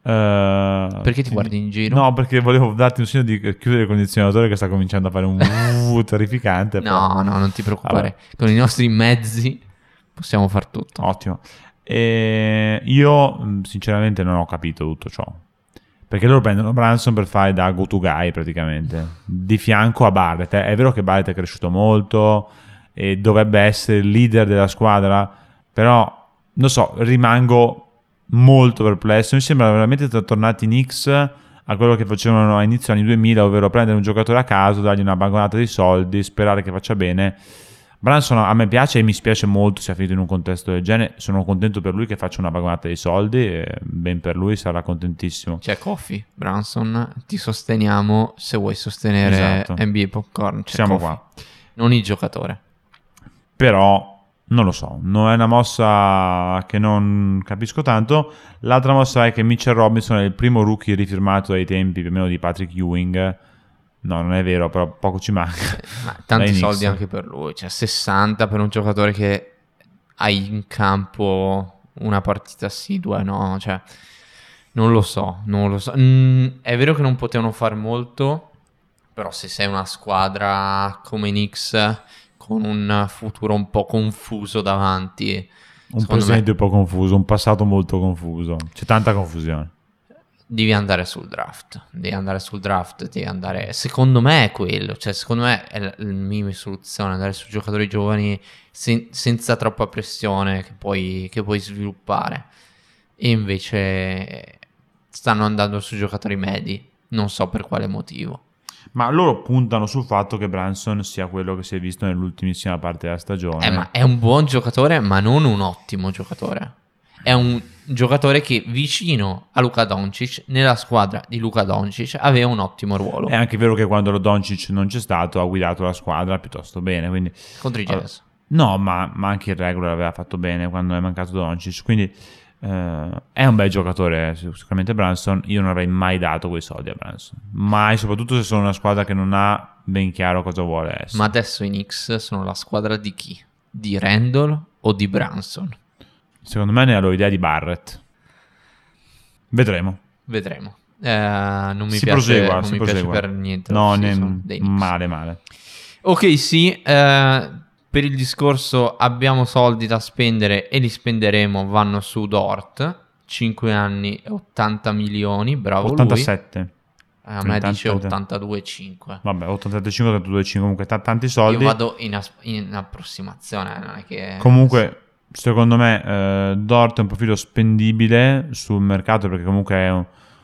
Perché ti guardi in giro? No, perché volevo darti un segno di chiudere il condizionatore che sta cominciando a fare un terrificante. No, non ti preoccupare. Con i nostri mezzi possiamo far tutto. Ottimo. E io sinceramente non ho capito tutto ciò. Perché loro prendono Brunson per fare da go-to guy praticamente, di fianco a Barrett. È vero che Barrett è cresciuto molto e dovrebbe essere il leader della squadra, però, non so, rimango molto perplesso. Mi sembra veramente tornati i Knicks a quello che facevano a inizio anni 2000, ovvero prendere un giocatore a caso, dargli una vagonata di soldi, sperare che faccia bene. Brunson a me piace e mi spiace molto sia finito in un contesto del genere. Sono contento per lui che faccia una vagonata di soldi e ben per lui, sarà contentissimo. C'è Coffee, Brunson, ti sosteniamo se vuoi sostenere NBA Popcorn. Siamo Coffee. qua. Non il giocatore. Però non lo so, non è una mossa che non capisco tanto. L'altra mossa è che Mitchell Robinson è il primo rookie rifirmato ai tempi più o meno di Patrick Ewing. No, non è vero, però poco ci manca. Ma tanti soldi anche per lui, cioè 60 per un giocatore che hai in campo una partita assidua, no? Cioè, non lo so. È vero che non potevano fare molto, però se sei una squadra come Knicks con un futuro un po' confuso davanti, un presente un po' confuso, un passato molto confuso, c'è tanta confusione. Devi andare sul draft, secondo me è quello, cioè secondo me è la mia soluzione, andare su giocatori giovani senza troppa pressione che puoi sviluppare, e invece stanno andando su giocatori medi, non so per quale motivo. Ma loro puntano sul fatto che Brunson sia quello che si è visto nell'ultimissima parte della stagione. Ma è un buon giocatore, ma non un ottimo giocatore. È un giocatore che vicino a Luka Doncic, nella squadra di Luka Doncic, aveva un ottimo ruolo. È anche vero che quando Doncic non c'è stato ha guidato la squadra piuttosto bene. Quindi, contro i Jazz. No, ma anche il regular aveva fatto bene quando è mancato Doncic. Quindi è un bel giocatore sicuramente Brunson. Io non avrei mai dato quei soldi a Brunson. Mai, soprattutto se sono una squadra che non ha ben chiaro cosa vuole essere. Ma adesso i Knicks sono la squadra di chi? Di Randle o di Brunson? Secondo me ne ho idea di Barrett. Vedremo. Non mi si piace, prosegua, non si mi piace prosegua. per niente. No, male. Ok, sì. Per il discorso abbiamo soldi da spendere e li spenderemo. Vanno su Dort. 5 anni e 80 milioni. Bravo 87. Lui. A me dice 82,5. Vabbè, 87,5, 82,5. Comunque tanti soldi. Io vado in approssimazione. Non è che... Comunque... Secondo me Dort è un profilo spendibile sul mercato, perché comunque è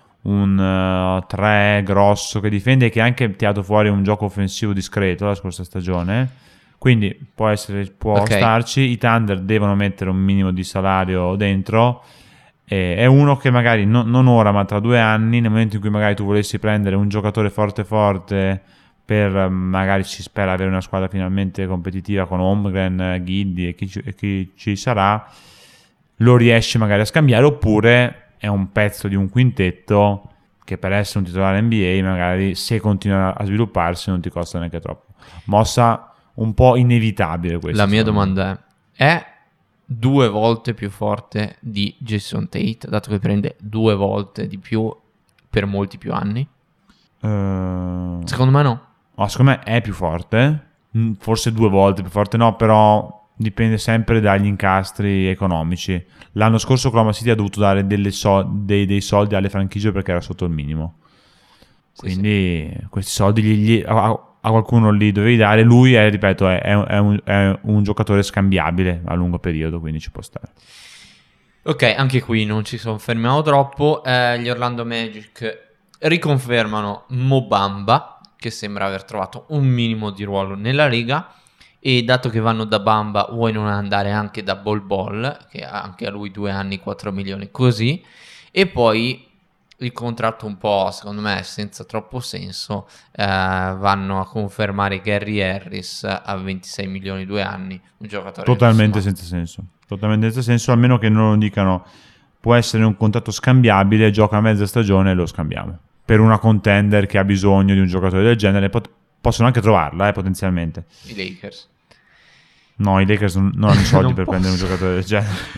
un 3 grosso che difende e che anche ha tirato fuori un gioco offensivo discreto la scorsa stagione, quindi può starci. I Thunder devono mettere un minimo di salario dentro, è uno che magari non ora ma tra 2 anni, nel momento in cui magari tu volessi prendere un giocatore forte per magari si spera avere una squadra finalmente competitiva con Holmgren, Giddey e chi ci sarà, lo riesci magari a scambiare, oppure è un pezzo di un quintetto che per essere un titolare NBA magari se continua a svilupparsi non ti costa neanche troppo. Mossa un po' inevitabile questa. La mia domanda è 2 volte più forte di Jason Tate, dato che prende 2 volte di più per molti più anni? Secondo me no. Secondo me è più forte, forse 2 volte più forte no, però dipende sempre dagli incastri economici. L'anno scorso Oklahoma City ha dovuto dare dei soldi alle franchigie perché era sotto il minimo, quindi questi soldi a qualcuno li dovevi dare. Lui ripeto è un giocatore scambiabile a lungo periodo, quindi ci può stare. Ok, anche qui non ci soffermiamo troppo. Gli Orlando Magic riconfermano Mo Bamba, che sembra aver trovato un minimo di ruolo nella Lega, e dato che vanno da Bamba vuoi non andare anche da Bol, che ha anche a lui 2 anni 4 milioni così, e poi il contratto un po' secondo me senza troppo senso, vanno a confermare Gary Harris a 26 milioni 2 anni, un giocatore totalmente senza senso, almeno che non lo dicano può essere un contratto scambiabile, gioca a mezza stagione e lo scambiamo per una contender che ha bisogno di un giocatore del genere. Possono anche trovarla potenzialmente i Lakers. No, i Lakers non hanno i soldi per prendere un giocatore del genere.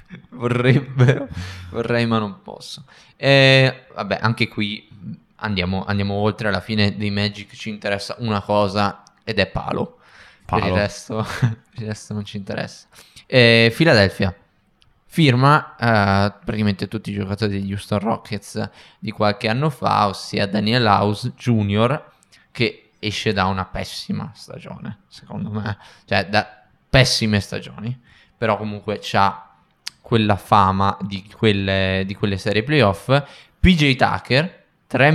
Vorrei ma non posso. Vabbè, anche qui andiamo oltre. Alla fine dei Magic ci interessa una cosa ed è Palo. Per il resto non ci interessa. Philadelphia firma praticamente tutti i giocatori degli Houston Rockets di qualche anno fa, ossia Daniel House Jr., che esce da una pessima stagione, secondo me, cioè da pessime stagioni, però comunque c'ha quella fama di quelle serie playoff. PJ Tucker 3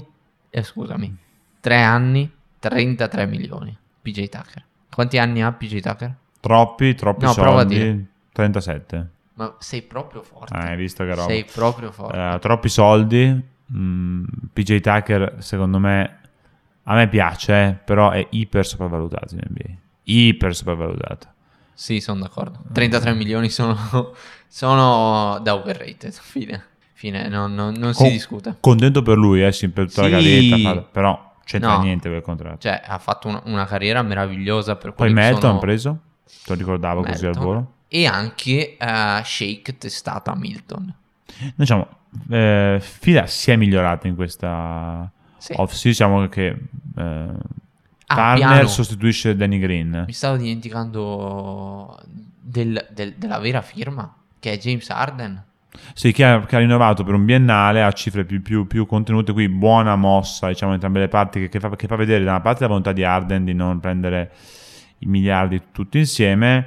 anni, 33 milioni. PJ Tucker, quanti anni ha PJ Tucker? Troppi No, prova a dire. soldi. 37. Ma sei proprio forte. Hai visto che roba? Sei proprio forte. Troppi soldi. PJ Tucker, secondo me, a me piace, però è iper sopravvalutato in NBA. Iper sopravvalutato. Sì, sono d'accordo. 33 milioni sono da overrated. Fine. Non si discute. Contento per lui, sì, per tutta la Sì. gavetta, però c'entra No. niente quel contratto. Cioè, ha fatto una carriera meravigliosa per Poi quelli che Melton sono hanno preso? Te lo ricordavo così al Melton. volo. E anche Shake testata Milton. Diciamo, Fila si è migliorata in questa Sì. off-season. Diciamo che Turner piano. sostituisce Danny Green. Mi stavo dimenticando della vera firma, che è James Harden. Sì, che ha rinnovato per un biennale a cifre più contenute. Qui buona mossa, diciamo, entrambe le parti, che fa vedere da una parte la volontà di Harden di non prendere i miliardi tutti insieme.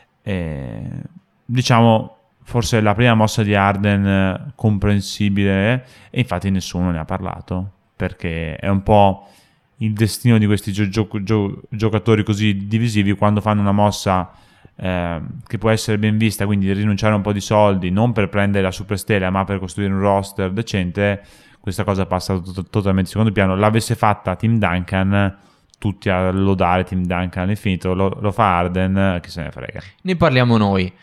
Diciamo, forse la prima mossa di Harden comprensibile, e infatti nessuno ne ha parlato, perché è un po' il destino di questi giocatori così divisivi. Quando fanno una mossa che può essere ben vista, quindi rinunciare a un po' di soldi non per prendere la superstella ma per costruire un roster decente, questa cosa passa totalmente in secondo piano. L'avesse fatta Tim Duncan, tutti a lodare Tim Duncan all'infinito, lo fa Harden, chi se ne frega. Ne parliamo noi.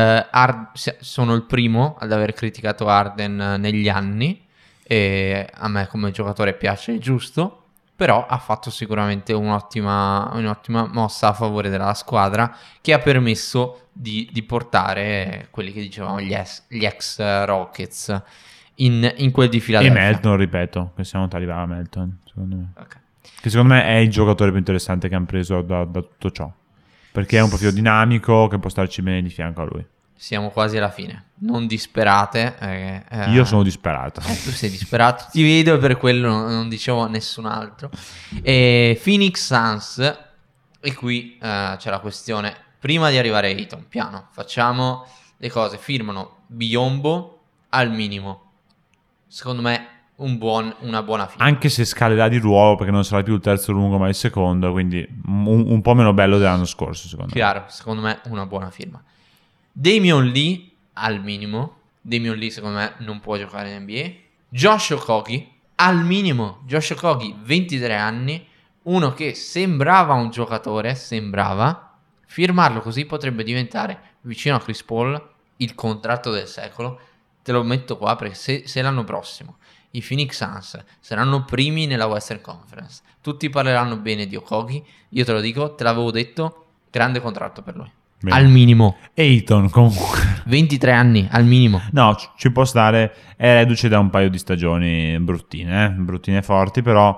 Sono il primo ad aver criticato Harden negli anni, e a me come giocatore piace, è giusto, però ha fatto sicuramente un'ottima mossa a favore della squadra, che ha permesso di portare quelli che dicevamo gli ex Rockets in quel di E Philadelphia. Melton, ripeto, che siamo arrivati a Melton, secondo me. Ok. Che secondo me è il giocatore più interessante che hanno preso da tutto ciò, perché è un profilo dinamico che può starci bene di fianco a lui. Siamo quasi alla fine, non disperate. Io sono disperato. Tu sei disperato, ti vedo, e per quello non dicevo a nessun altro. Phoenix Suns, e qui c'è la questione. Prima di arrivare a Ayton, piano, facciamo le cose. Firmano Biyombo al minimo. Secondo me una buona firma. Anche se scalerà di ruolo, perché non sarà più il terzo lungo ma il secondo, quindi un po' meno bello dell'anno scorso, secondo me. Chiaro, secondo me una buona firma. Damian Lee al minimo. Damian Lee secondo me non può giocare in NBA. Josh Okogie al minimo. Josh Okogie 23 anni, uno che sembrava un giocatore, firmarlo così potrebbe diventare vicino a Chris Paul il contratto del secolo. Te lo metto qua, perché se l'anno prossimo i Phoenix Suns saranno primi nella Western Conference, tutti parleranno bene di Okogie, io te lo dico, te l'avevo detto, grande contratto per lui. Bene. Al minimo. Ayton comunque 23 anni al minimo. no, ci può stare, è reduce da un paio di stagioni bruttine forti, però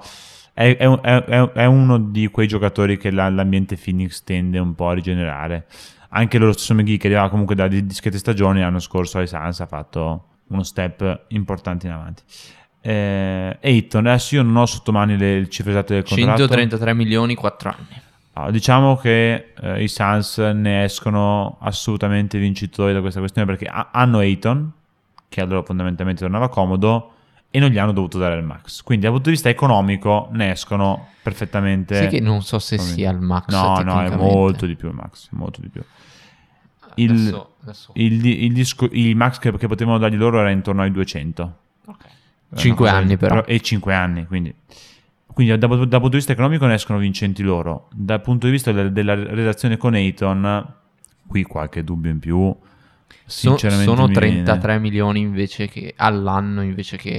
è uno di quei giocatori che l'ambiente Phoenix tende un po' a rigenerare. Anche lo stesso McGee, che arrivava comunque da discrete stagioni, l'anno scorso ai Suns ha fatto uno step importante in avanti. Ayton, adesso io non ho sotto mani le cifre esatte del contratto. 133 milioni, 4 anni. Diciamo che i Suns ne escono assolutamente vincitori da questa questione, perché hanno Ayton, che a loro fondamentalmente tornava comodo, e non gli hanno dovuto dare il max. Quindi dal punto di vista economico ne escono perfettamente. Sai che non so se sia il max. No, è tecnicamente. molto di più il max, molto di più. Adesso. Il max che potevano dargli loro era intorno ai 200. Okay. 5 anni però. E 5 anni, quindi dal punto di vista economico ne escono vincenti loro. Dal punto di vista della relazione con Ayton, qui qualche dubbio in più. Sinceramente sono mi 33 milioni invece che all'anno, invece che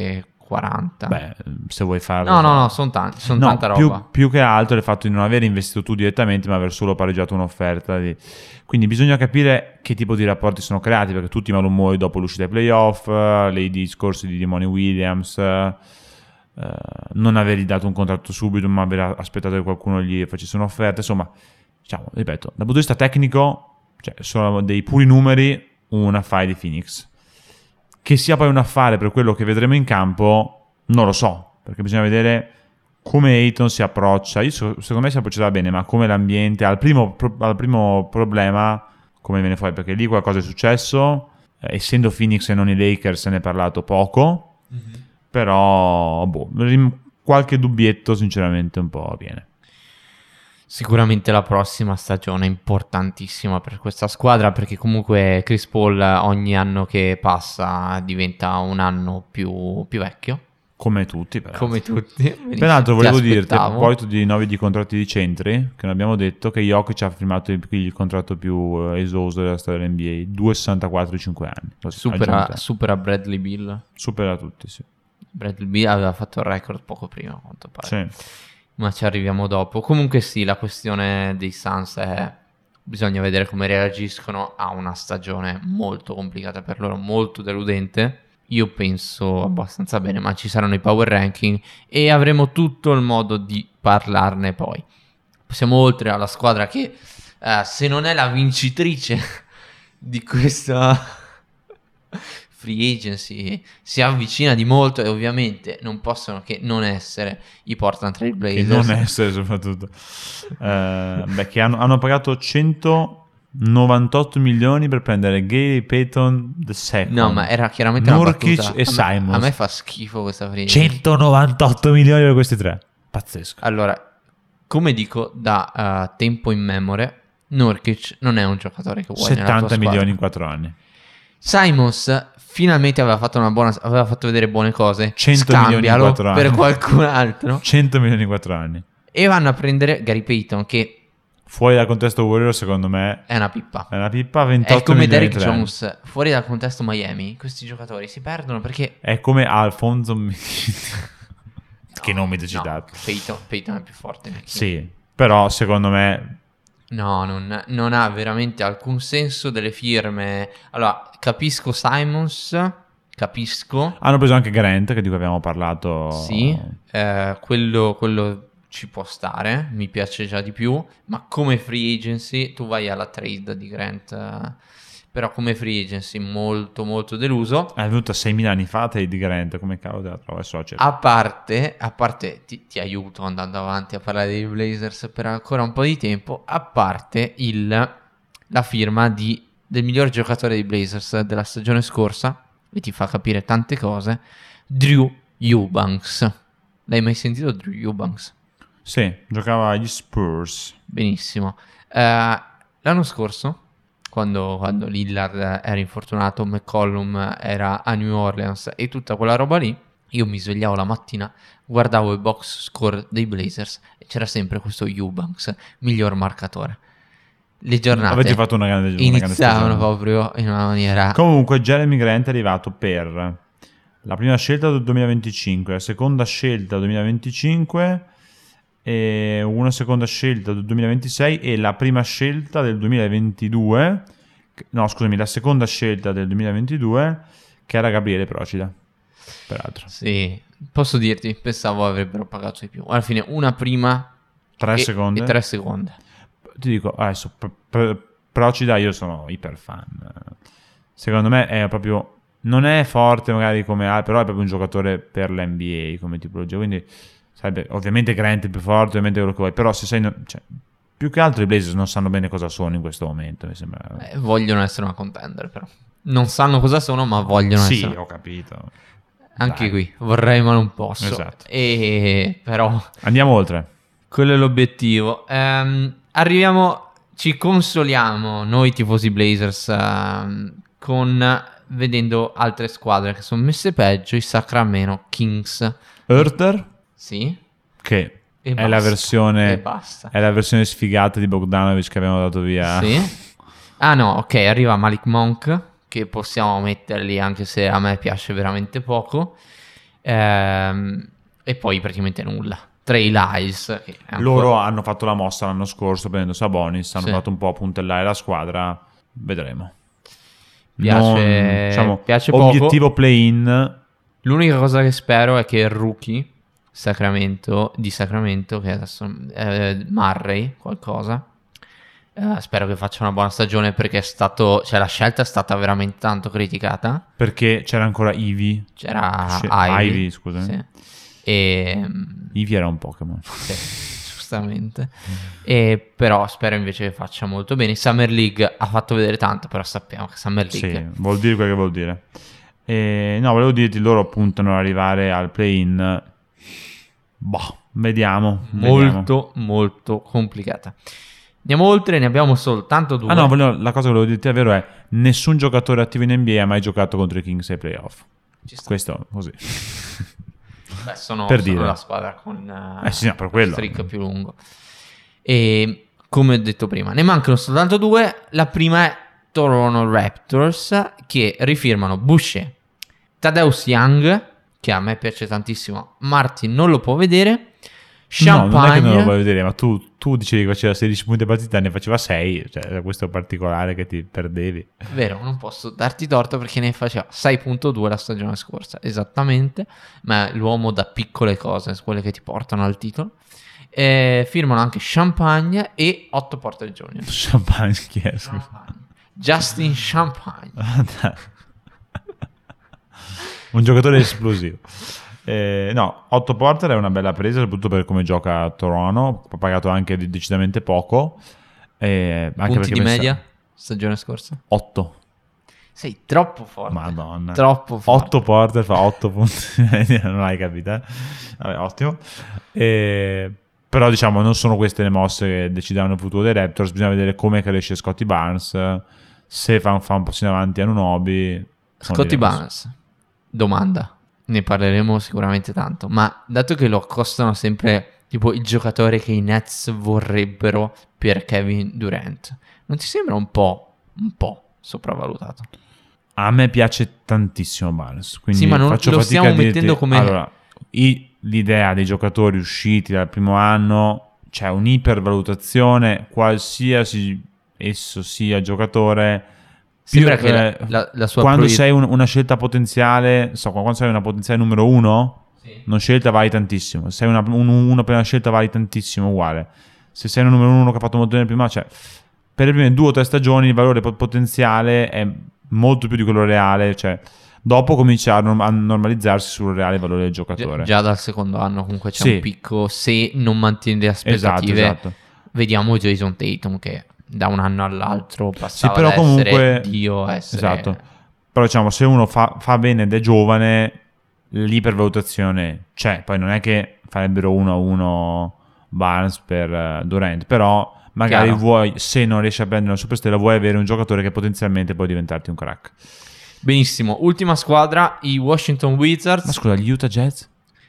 40. Beh, se vuoi farlo... No, sono tanti, sono tanta roba. Più che altro è il fatto di non aver investito tu direttamente, ma aver solo pareggiato un'offerta. Quindi bisogna capire che tipo di rapporti sono creati, perché tutti i malumori dopo l'uscita ai playoff, i discorsi di Monty Williams, non avergli dato un contratto subito, ma aver aspettato che qualcuno gli facesse un'offerta. Insomma, diciamo, ripeto, dal punto di vista tecnico, cioè, sono dei puri numeri, un affare di Phoenix. Che sia poi un affare per quello che vedremo in campo, non lo so, perché bisogna vedere come Ayton si approccia. Secondo me si approccerà bene, ma come l'ambiente, al primo problema, come viene fuori, perché lì qualcosa è successo, essendo Phoenix e non i Lakers se ne è parlato poco, però qualche dubbietto sinceramente un po' viene. Sicuramente la prossima stagione è importantissima per questa squadra, perché comunque Chris Paul ogni anno che passa diventa un anno più vecchio. Come tutti, peraltro. Come tutti. Peraltro volevo dirti, a proposito di rinnovi di contratti di centri, che non abbiamo detto, che Jokic ha firmato il contratto più esausto della storia dell'NBA, 2,64 di 5 anni. Supera Bradley Beal. Supera tutti, sì. Bradley Beal aveva fatto il record poco prima, a quanto pare. Sì. Ma ci arriviamo dopo. Comunque sì, la questione dei Suns è... bisogna vedere come reagiscono a una stagione molto complicata per loro, molto deludente. Io penso abbastanza bene, ma ci saranno i power ranking e avremo tutto il modo di parlarne poi. Passiamo oltre alla squadra che, se non è la vincitrice di questa free agency, si avvicina di molto, e ovviamente non possono che non essere i Portland Trail Blazers. Che non essere soprattutto. Che hanno pagato 198 milioni per prendere Gary Payton II. No, ma era chiaramente Nurkic una battuta. e Simons. A me fa schifo questa free agency. 198 milioni per questi tre. Pazzesco. Allora, come dico da tempo in memoria, Nurkic non è un giocatore che vuoi nella tua 70 squadra. milioni in 4 anni. Simons finalmente aveva fatto vedere buone cose. 100 milioni in 4 anni per qualcun altro. 100 milioni in 4 anni. E vanno a prendere Gary Payton, che fuori dal contesto Warrior, secondo me è una pippa. È una pippa. 28 è come milioni Derrick Jones fuori dal contesto Miami. Questi giocatori si perdono perché è come Alfonso che nome ti citato. Payton è più forte. Sì, però secondo me no, non ha veramente alcun senso delle firme. Allora, capisco Simons, hanno preso anche Grant, che di cui abbiamo parlato. Sì, quello ci può stare, mi piace già di più, ma come free agency tu vai alla trade di Grant, però come free agency molto molto deluso. È venuta 6.000 anni fa trade di Grant, come cavolo te la trovo? A parte ti aiuto andando avanti a parlare dei Blazers per ancora un po' di tempo, a parte la firma del miglior giocatore dei Blazers della stagione scorsa, e ti fa capire tante cose, Drew Eubanks. L'hai mai sentito Drew Eubanks? Sì, giocava agli Spurs. Benissimo. L'anno scorso, quando Lillard era infortunato, McCollum era a New Orleans e tutta quella roba lì, io mi svegliavo la mattina, guardavo il box score dei Blazers e c'era sempre questo Eubanks, miglior marcatore. Le giornate avete fatto una grande iniziavano proprio in una maniera... Comunque Jeremy Grant è arrivato per la prima scelta del 2025, la seconda scelta del 2025... e una seconda scelta del 2026 e la prima scelta del 2022, la seconda scelta del 2022, che era Gabriele Procida, peraltro. Sì, posso dirti, pensavo avrebbero pagato di più. Alla fine una prima 3 seconde e 3 seconde. Ti dico, adesso Procida io sono iper fan. Secondo me è proprio, non è forte magari come però è proprio un giocatore per l'NBA come tipologia, quindi ovviamente Grant è più forte, ovviamente quello che vuoi, però se sei più che altro i Blazers non sanno bene cosa sono in questo momento, mi sembra. Vogliono essere una contender, però non sanno cosa sono, ma vogliono essere. Sì, ho capito. Anche qui vorrei, ma non posso. Esatto. E però andiamo oltre. Quello è l'obiettivo. Arriviamo, ci consoliamo noi tifosi Blazers vedendo altre squadre che sono messe peggio, i Sacramento Kings. Hurter? Sì. Che è la versione sfigata di Bogdanovic che abbiamo dato via. Sì. Ah no, ok, arriva Malik Monk, che possiamo metterli anche se a me piace veramente poco. E poi praticamente nulla. Trey Lyles, che è loro hanno fatto la mossa l'anno scorso prendendo Sabonis, hanno Sì. fatto un po' a puntellare la squadra, vedremo. Piace poco. Obiettivo play-in. L'unica cosa che spero è che il rookie di Sacramento, che adesso Murray, qualcosa, spero che faccia una buona stagione, perché la scelta è stata veramente tanto criticata. Perché c'era ancora Ivy. C'era Ivy, scusami. Sì. E Ivy era un Pokémon. sì, giustamente. E però spero invece che faccia molto bene. Summer League ha fatto vedere tanto, però sappiamo che Summer League Sì, vuol dire quel che vuol dire. No, volevo dirti, loro puntano ad arrivare al play-in. Vediamo. molto molto complicata. Andiamo oltre, ne abbiamo soltanto 2. La cosa che volevo dirti davvero è: nessun giocatore attivo in NBA ha mai giocato contro i Kings ai playoff. Ci sta. Questo così. Beh, sono per dire. la squadra con Sì, no, per quello. streak più lungo. E come ho detto prima, ne mancano soltanto 2. La prima è Toronto Raptors, che rifirmano Boucher, Thaddeus Young, che a me piace tantissimo. Martin non lo può vedere. Champagne. No, non è che non lo vuoi vedere, ma tu dicevi che faceva 16 punti a partita, ne faceva 6, cioè questo particolare che ti perdevi. Vero, non posso darti torto, perché ne faceva 6.2 la stagione scorsa, esattamente, ma è l'uomo da piccole cose, quelle che ti portano al titolo. Firmano anche Champagne e 8 Porter Junior. Champagne, chi è? Justin Champagne. Un giocatore esplosivo. No, Otto Porter è una bella presa, soprattutto per come gioca a Toronto, ha pagato anche decisamente poco. Anche Punti di media stagione scorsa? 8. Sei troppo forte. Madonna. Troppo forte. 8 Porter fa 8 punti di media, non hai capito, eh? Vabbè, ottimo. Però diciamo non sono queste le mosse che decideranno il futuro dei Raptors, bisogna vedere come cresce Scottie Barnes, se fa un passo in avanti a Anunoby. Scottie Barnes, domanda, ne parleremo sicuramente tanto, ma dato che lo accostano sempre tipo il giocatore che i Nets vorrebbero per Kevin Durant, non ti sembra un po' sopravvalutato? A me piace tantissimo Barnes, quindi sì, ma non faccio lo fatica stiamo a dirti, mettendo come... Allora, l'idea dei giocatori usciti dal primo anno, c'è un'ipervalutazione, qualsiasi esso sia giocatore. Sembra che la sua quando sei una scelta potenziale, quando sei una potenziale numero 1, sì, non scelta vali tantissimo. Se sei uno per una scelta vali tantissimo uguale. Se sei un numero 1 che ha fatto molto bene prima, cioè per le prime 2 o 3 stagioni il valore potenziale è molto più di quello reale, cioè dopo comincia a normalizzarsi sul reale valore del giocatore. Già dal secondo anno comunque c'è un picco, se non mantieni le aspettative. Esatto. Vediamo Jason Tatum che da un anno all'altro passava però da comunque, essere Dio a essere... Esatto. Però diciamo, se uno fa bene ed è giovane, l'ipervalutazione c'è. Poi non è che farebbero 1-1 Barnes per Durant, però magari vuoi, se non riesci a prendere una superstella, vuoi avere un giocatore che potenzialmente può diventarti un crack. Benissimo, ultima squadra, i Washington Wizards. Ma scusa, gli Utah Jazz?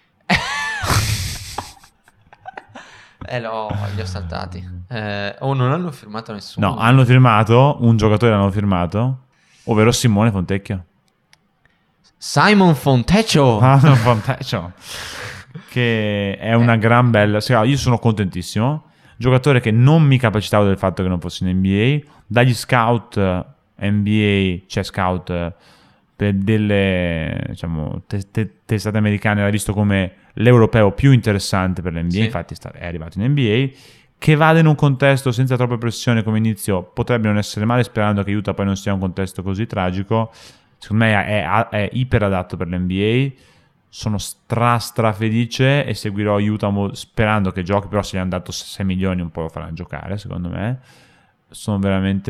Li ho saltati. Non hanno firmato nessuno. No, hanno firmato, un giocatore l'hanno firmato, ovvero Simone Fontecchio. Simon Fontecchio. Fontecchio. Che è una gran bella... Io sono contentissimo. Giocatore che non mi capacitavo del fatto che non fosse in NBA. Dagli scout NBA, cioè scout per delle, diciamo, testate americane, l'ha visto come l'europeo più interessante per l'NBA. Sì. Infatti è arrivato in NBA. Che vada in un contesto senza troppa pressione come inizio potrebbe non essere male, sperando che Utah poi non sia un contesto così tragico. Secondo me è iper adatto per l'NBA. Sono stra felice e seguirò Utah sperando che giochi, però se gli hanno dato 6 milioni un po' lo faranno giocare, secondo me. Sono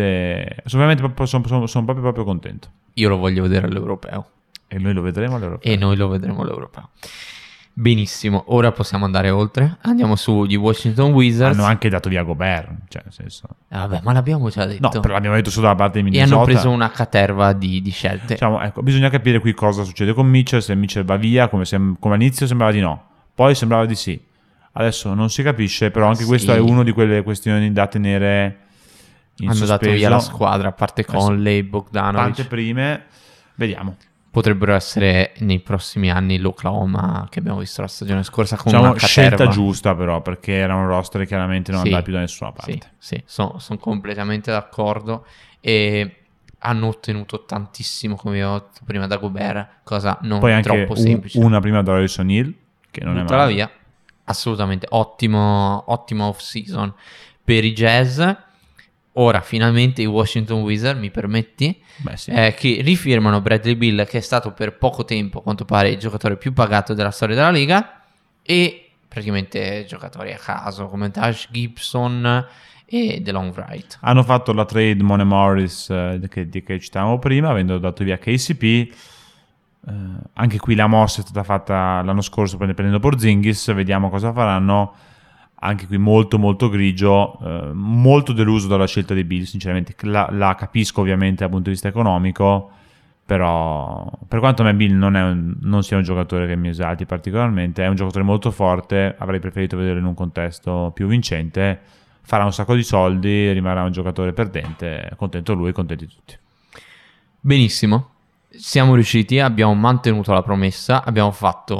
proprio contento. Io lo voglio vedere all'europeo. E noi lo vedremo all'europeo. Benissimo, ora possiamo andare oltre. Andiamo sugli Washington Wizards. Hanno anche dato via Gobert, cioè nel senso... Vabbè, ma l'abbiamo già detto. No, però l'abbiamo detto solo da parte di Minnesota. E hanno preso una caterva di scelte. Diciamo, ecco, bisogna capire qui cosa succede con Mitchell. Se Mitchell va via, come all'inizio sembrava di no, poi sembrava di sì. Adesso non si capisce, però anche questo è una di quelle questioni da tenere in hanno sospeso. Dato via la squadra, a parte Conley, Bogdanovic. Tante prime, vediamo. potrebbero essere nei prossimi anni l'Oklahoma che abbiamo visto la stagione scorsa con Diciamo una scelta caterva. giusta però, perché era un roster che chiaramente non Sì, andava più da nessuna parte. Sì, sono completamente d'accordo e hanno ottenuto tantissimo, come ho detto prima, da Gobert, cosa non Poi anche troppo semplice. una prima da Royce O'Neal, che non è Buttala male. via, assolutamente, ottima off-season per i Jazz. Ora finalmente i Washington Wizards, mi permetti, Beh, sì. che rifirmano Bradley Beal, che è stato per poco tempo, a quanto pare, il giocatore più pagato della storia della Liga, e praticamente giocatori a caso come Taj Gibson e DeLon Wright. Hanno fatto la trade Monte Morris che citavamo prima, avendo dato via KCP. Anche qui la mossa è stata fatta l'anno scorso prendendo Porzingis, vediamo cosa faranno. Anche qui molto molto grigio, molto deluso dalla scelta dei Bills, sinceramente la capisco ovviamente dal punto di vista economico, però per quanto a me Bill non sia un giocatore che mi esalti particolarmente, è un giocatore molto forte, avrei preferito vederlo in un contesto più vincente, farà un sacco di soldi, rimarrà un giocatore perdente, contento lui, contenti tutti. Benissimo, siamo riusciti, abbiamo mantenuto la promessa, abbiamo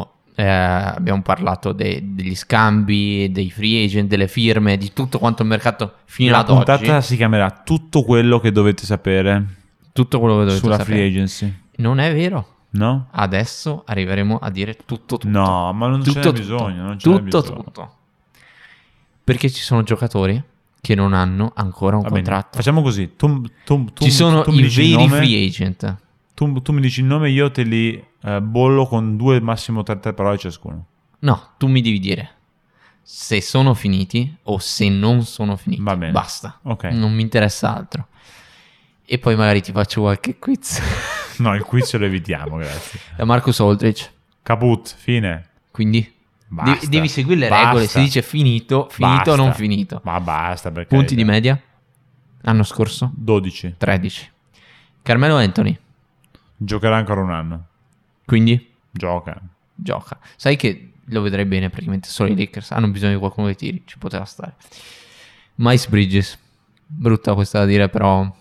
parlato degli scambi, dei free agent, delle firme, di tutto quanto il mercato fino La ad oggi. puntata si chiamerà Tutto quello che dovete sapere Tutto quello che dovete sulla sapere. free agency, Non è vero. no? Adesso arriveremo a dire tutto. No, ma non ce n'è Tutto, bisogno, non ce n'è bisogno. tutto. Perché ci sono giocatori che non hanno ancora un Va bene, contratto. facciamo così, Ci sono tu mi i dici il veri nome, free agent. tu mi dici il nome, io te li bollo con 2 massimo 3 parole ciascuno. No, tu mi devi dire se sono finiti o se non sono finiti. Va bene. Basta. Ok. Non mi interessa altro. E poi magari ti faccio qualche quiz. No, il quiz lo evitiamo, grazie. Da Marcus Aldridge. Caput, fine. Quindi Basta. devi seguire le Basta. regole. Si dice finito o Basta. non finito. Ma basta, perché Punti di media? L'anno scorso? 12. 13. Carmelo Anthony. Giocherà ancora un anno. Quindi Gioca. gioca. Sai che lo vedrei bene praticamente solo i Lakers. Hanno bisogno di qualcuno che tiri. Ci poteva stare. Miles Bridges. Brutta questa da dire, però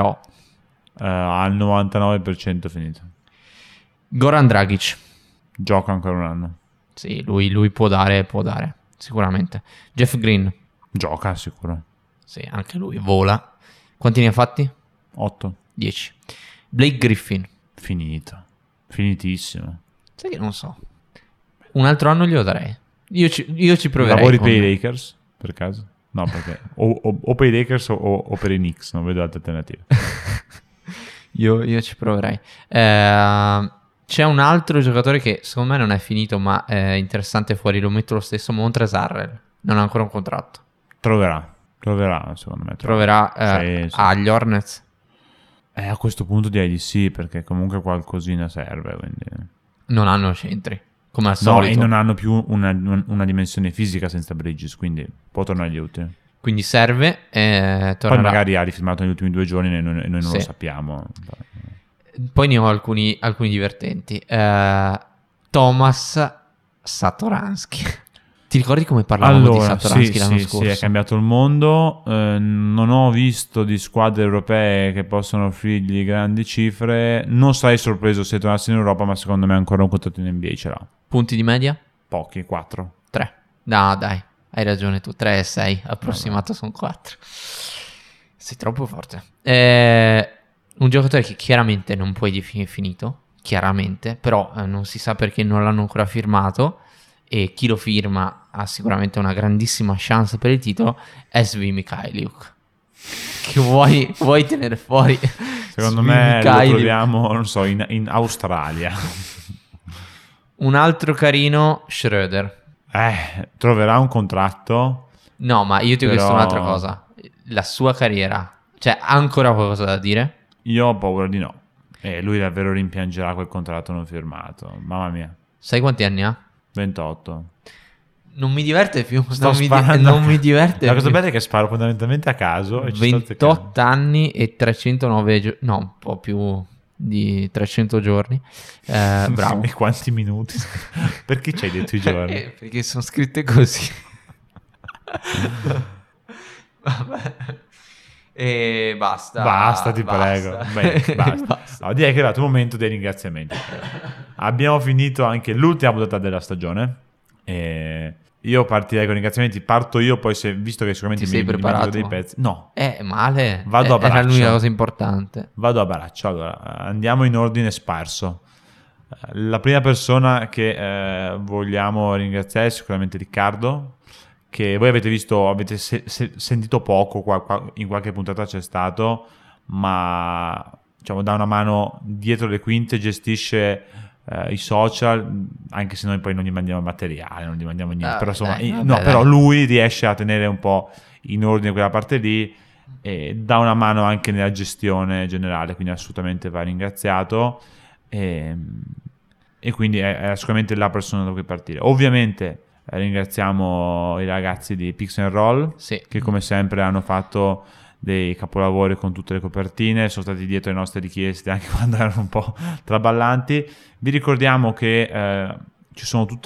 Al 99% finito. Goran Dragic. Gioca ancora un anno. Sì, lui può dare, sicuramente. Jeff Green. Gioca sicuro. Sì, anche lui vola. Quanti ne ha fatti? 8. 10. Blake Griffin. Finito. Finitissimo. Sai che non so. Un altro anno glielo darei. Io ci proverei. Lavori con- per i Lakers, per caso? No, perché o per i Lakers o per i Knicks, non vedo altre alternative. Io ci proverei. C'è un altro giocatore che secondo me non è finito, ma è interessante fuori. Lo metto lo stesso. Montrezl Harrell. Non ha ancora un contratto. Troverà, secondo me. Proverà Sì. agli Hornets. A questo punto direi di sì, perché comunque qualcosina serve. Quindi. Non hanno centri, come al No, solito. e non hanno più una dimensione fisica senza Bridges, quindi può tornargli utile. Quindi serve. Poi Tornerà. magari ha rifilmato negli ultimi 2 giorni e noi non Sì. lo sappiamo. Poi ne ho alcuni divertenti. Thomas Satoransky. Ti ricordi come parlavamo di Allora, Satoransky l'anno sì, scorso? è cambiato il mondo. Non ho visto di squadre europee che possono offrirgli grandi cifre. Non sarei sorpreso se tornasse in Europa, ma secondo me ancora un contratto in NBA ce l'ha. Punti di media? Pochi, 4. 3. No, dai, hai ragione tu. 3 e 6. Approssimato sono 4. Sei troppo forte. Un giocatore che chiaramente non puoi definire finito. Chiaramente. Però non si sa perché non l'hanno ancora firmato. E chi lo firma ha sicuramente una grandissima chance per il titolo. SV Mikhailiuk. Che vuoi tenere fuori? Secondo SV me lo Mikhailiuk. troviamo, non so, in Australia. Un altro carino, Schroeder. Troverà un contratto. No, ma io ti ho chiesto Però- un'altra cosa. La sua carriera. Cioè, ha ancora qualcosa da dire? Io ho paura di no. E lui davvero rimpiangerà quel contratto non firmato. Mamma mia. Sai quanti anni ha? 28. Non mi diverte più. Sto Non sparando. mi diverte La cosa più. bella è che sparo fondamentalmente a caso. E ci sto azzeccando. 28 anni e 309 no, un po' più di 300 giorni. Bravo. E quanti minuti? Perché ci hai detto i giorni? Perché sono scritte così. Vabbè. E basta. Basta, ti prego. Beh, basta. Basta. No, direi che è arrivato il momento dei ringraziamenti. Abbiamo finito anche l'ultima puntata della stagione. E io partirei con i ringraziamenti. Parto io, poi visto che sicuramente Ti sei dimentico preparato? dei pezzi. No, Male. Vado a Era braccio. l'unica cosa importante. vado a braccio. Allora, andiamo in ordine sparso. La prima persona che vogliamo ringraziare è sicuramente Riccardo, che voi avete visto, avete sentito poco, in qualche puntata c'è stato, ma diciamo dà una mano dietro le quinte, gestisce i social, anche se noi poi non gli mandiamo materiale, non gli mandiamo niente, però insomma, però lui riesce a tenere un po' in ordine quella parte lì e dà una mano anche nella gestione generale, quindi assolutamente va ringraziato. E quindi è sicuramente la persona da cui partire. Ovviamente ringraziamo i ragazzi di Pix and Roll, Sì. che come sempre hanno fatto dei capolavori con tutte le copertine, sono stati dietro le nostre richieste anche quando erano un po' traballanti. Vi ricordiamo che ci sono tutti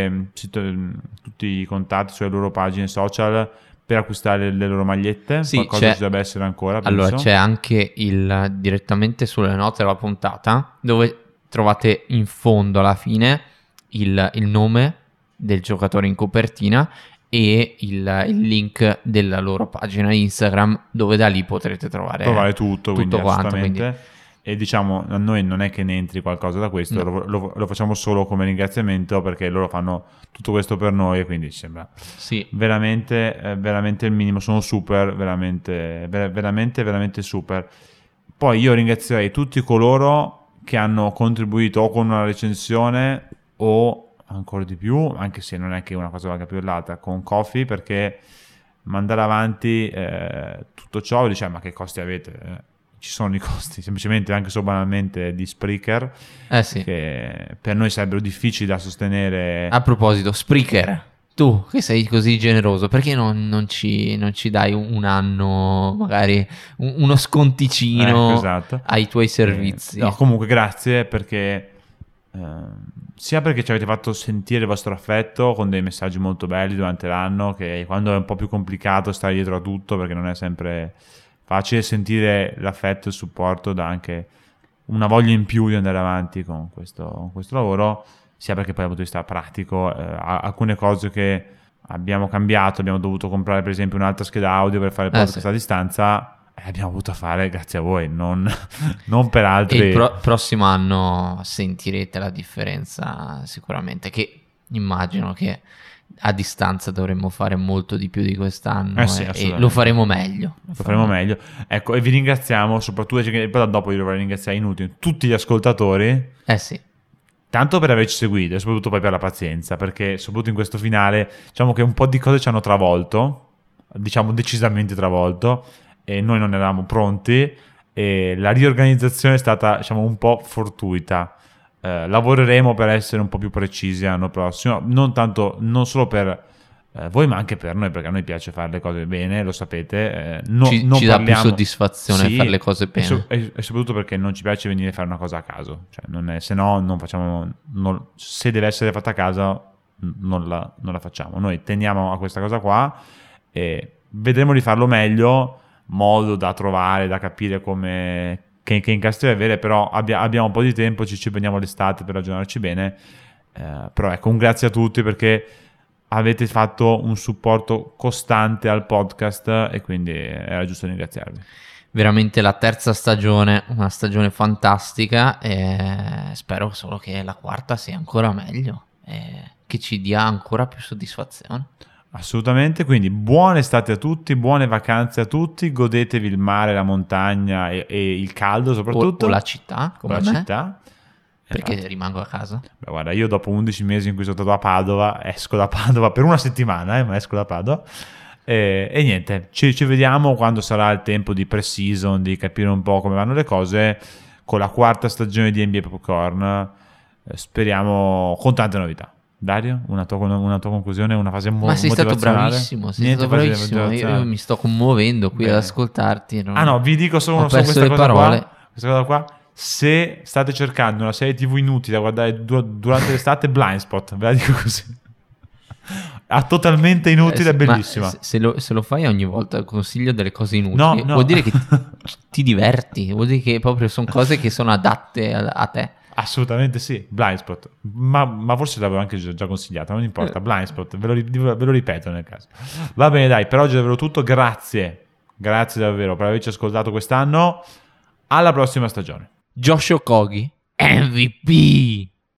i contatti sulle loro pagine social per acquistare le loro magliette. Sì, qualcosa ci deve essere ancora, penso. Allora c'è anche direttamente sulle note della puntata, dove trovate in fondo alla fine il nome del giocatore in copertina e il link della loro pagina Instagram, dove da lì potrete trovare tutto quindi quanto. Assolutamente. E diciamo, a noi non è che ne entri qualcosa da questo, No. lo facciamo solo come ringraziamento, perché loro fanno tutto questo per noi e quindi ci sembra Sì. veramente il minimo. Sono super, veramente super. Poi io ringrazierei tutti coloro che hanno contribuito o con una recensione o ancora di più, anche se non è che una cosa valga più dell'altra, con Ko-fi, perché mandare avanti tutto ciò, diciamo, ma che costi avete? Ci sono i costi, semplicemente anche solo banalmente di Spreaker, Sì. che per noi sarebbero difficili da sostenere. A proposito, Spreaker, tu che sei così generoso, perché non ci dai un anno, magari uno sconticino Esatto. ai tuoi servizi? No, comunque grazie, perché sia perché ci avete fatto sentire il vostro affetto con dei messaggi molto belli durante l'anno, che quando è un po' più complicato stare dietro a tutto, perché non è sempre facile, sentire l'affetto e il supporto dà anche una voglia in più di andare avanti con questo lavoro, sia perché poi dal punto di vista pratico alcune cose che abbiamo cambiato, abbiamo dovuto comprare per esempio un'altra scheda audio per fare il podcast sì. a distanza, abbiamo voluto fare grazie a voi, non per altri. E il prossimo anno sentirete la differenza sicuramente, che immagino che a distanza dovremmo fare molto di più di quest'anno, Sì, e lo faremo meglio. Lo faremo meglio. Ecco, e vi ringraziamo soprattutto, poi dopo vi dovrei ringraziare in ultimo tutti gli ascoltatori. Sì. Tanto per averci seguito e soprattutto poi per la pazienza, perché soprattutto in questo finale diciamo che un po' di cose ci hanno travolto, diciamo decisamente travolto, e noi non eravamo pronti e la riorganizzazione è stata, diciamo, un po' fortuita. Lavoreremo per essere un po' più precisi l'anno prossimo, non solo per voi ma anche per noi, perché a noi piace fare le cose bene, lo sapete. Ci dà più soddisfazione fare le cose bene, e soprattutto perché non ci piace venire a fare una cosa a caso, cioè se no non facciamo, se deve essere fatta a casa non la facciamo. Noi teniamo a questa cosa qua e vedremo di farlo meglio, modo da trovare, da capire come che incastri avere, però abbiamo un po' di tempo, ci prendiamo l'estate per ragionarci bene, però ecco, un grazie a tutti perché avete fatto un supporto costante al podcast e quindi era giusto ringraziarvi. Veramente la terza stagione, una stagione fantastica, e spero solo che la quarta sia ancora meglio e che ci dia ancora più soddisfazione. Assolutamente, quindi buone estate a tutti, buone vacanze a tutti, godetevi il mare, la montagna e il caldo soprattutto. O la città, come me, città. perché Esatto. rimango a casa. Beh, guarda, io dopo 11 mesi in cui sono stato a Padova, esco da Padova per una settimana, ma esco da Padova. E niente, ci vediamo quando sarà il tempo di pre-season, di capire un po' come vanno le cose, con la quarta stagione di NBA Popcorn, speriamo con tante novità. Dario, una tua conclusione, una fase Ma sei stato bravissimo, Io mi sto commuovendo qui ad ascoltarti. Vi dico solo questa cosa qua. Se state cercando una serie TV inutile da guardare durante l'estate, Blindspot, ve la dico così. totalmente inutile, ma bellissima. se lo fai ogni volta consiglio delle cose inutili, No. vuol dire che ti diverti, vuol dire che proprio sono cose che sono adatte a te. Assolutamente sì, Blindspot, ma forse l'avevo anche già consigliata, non importa, Blindspot, ve lo ripeto nel caso. Va bene, dai, per oggi è davvero tutto, grazie davvero per averci ascoltato quest'anno, alla prossima stagione. Josh Okogie MVP.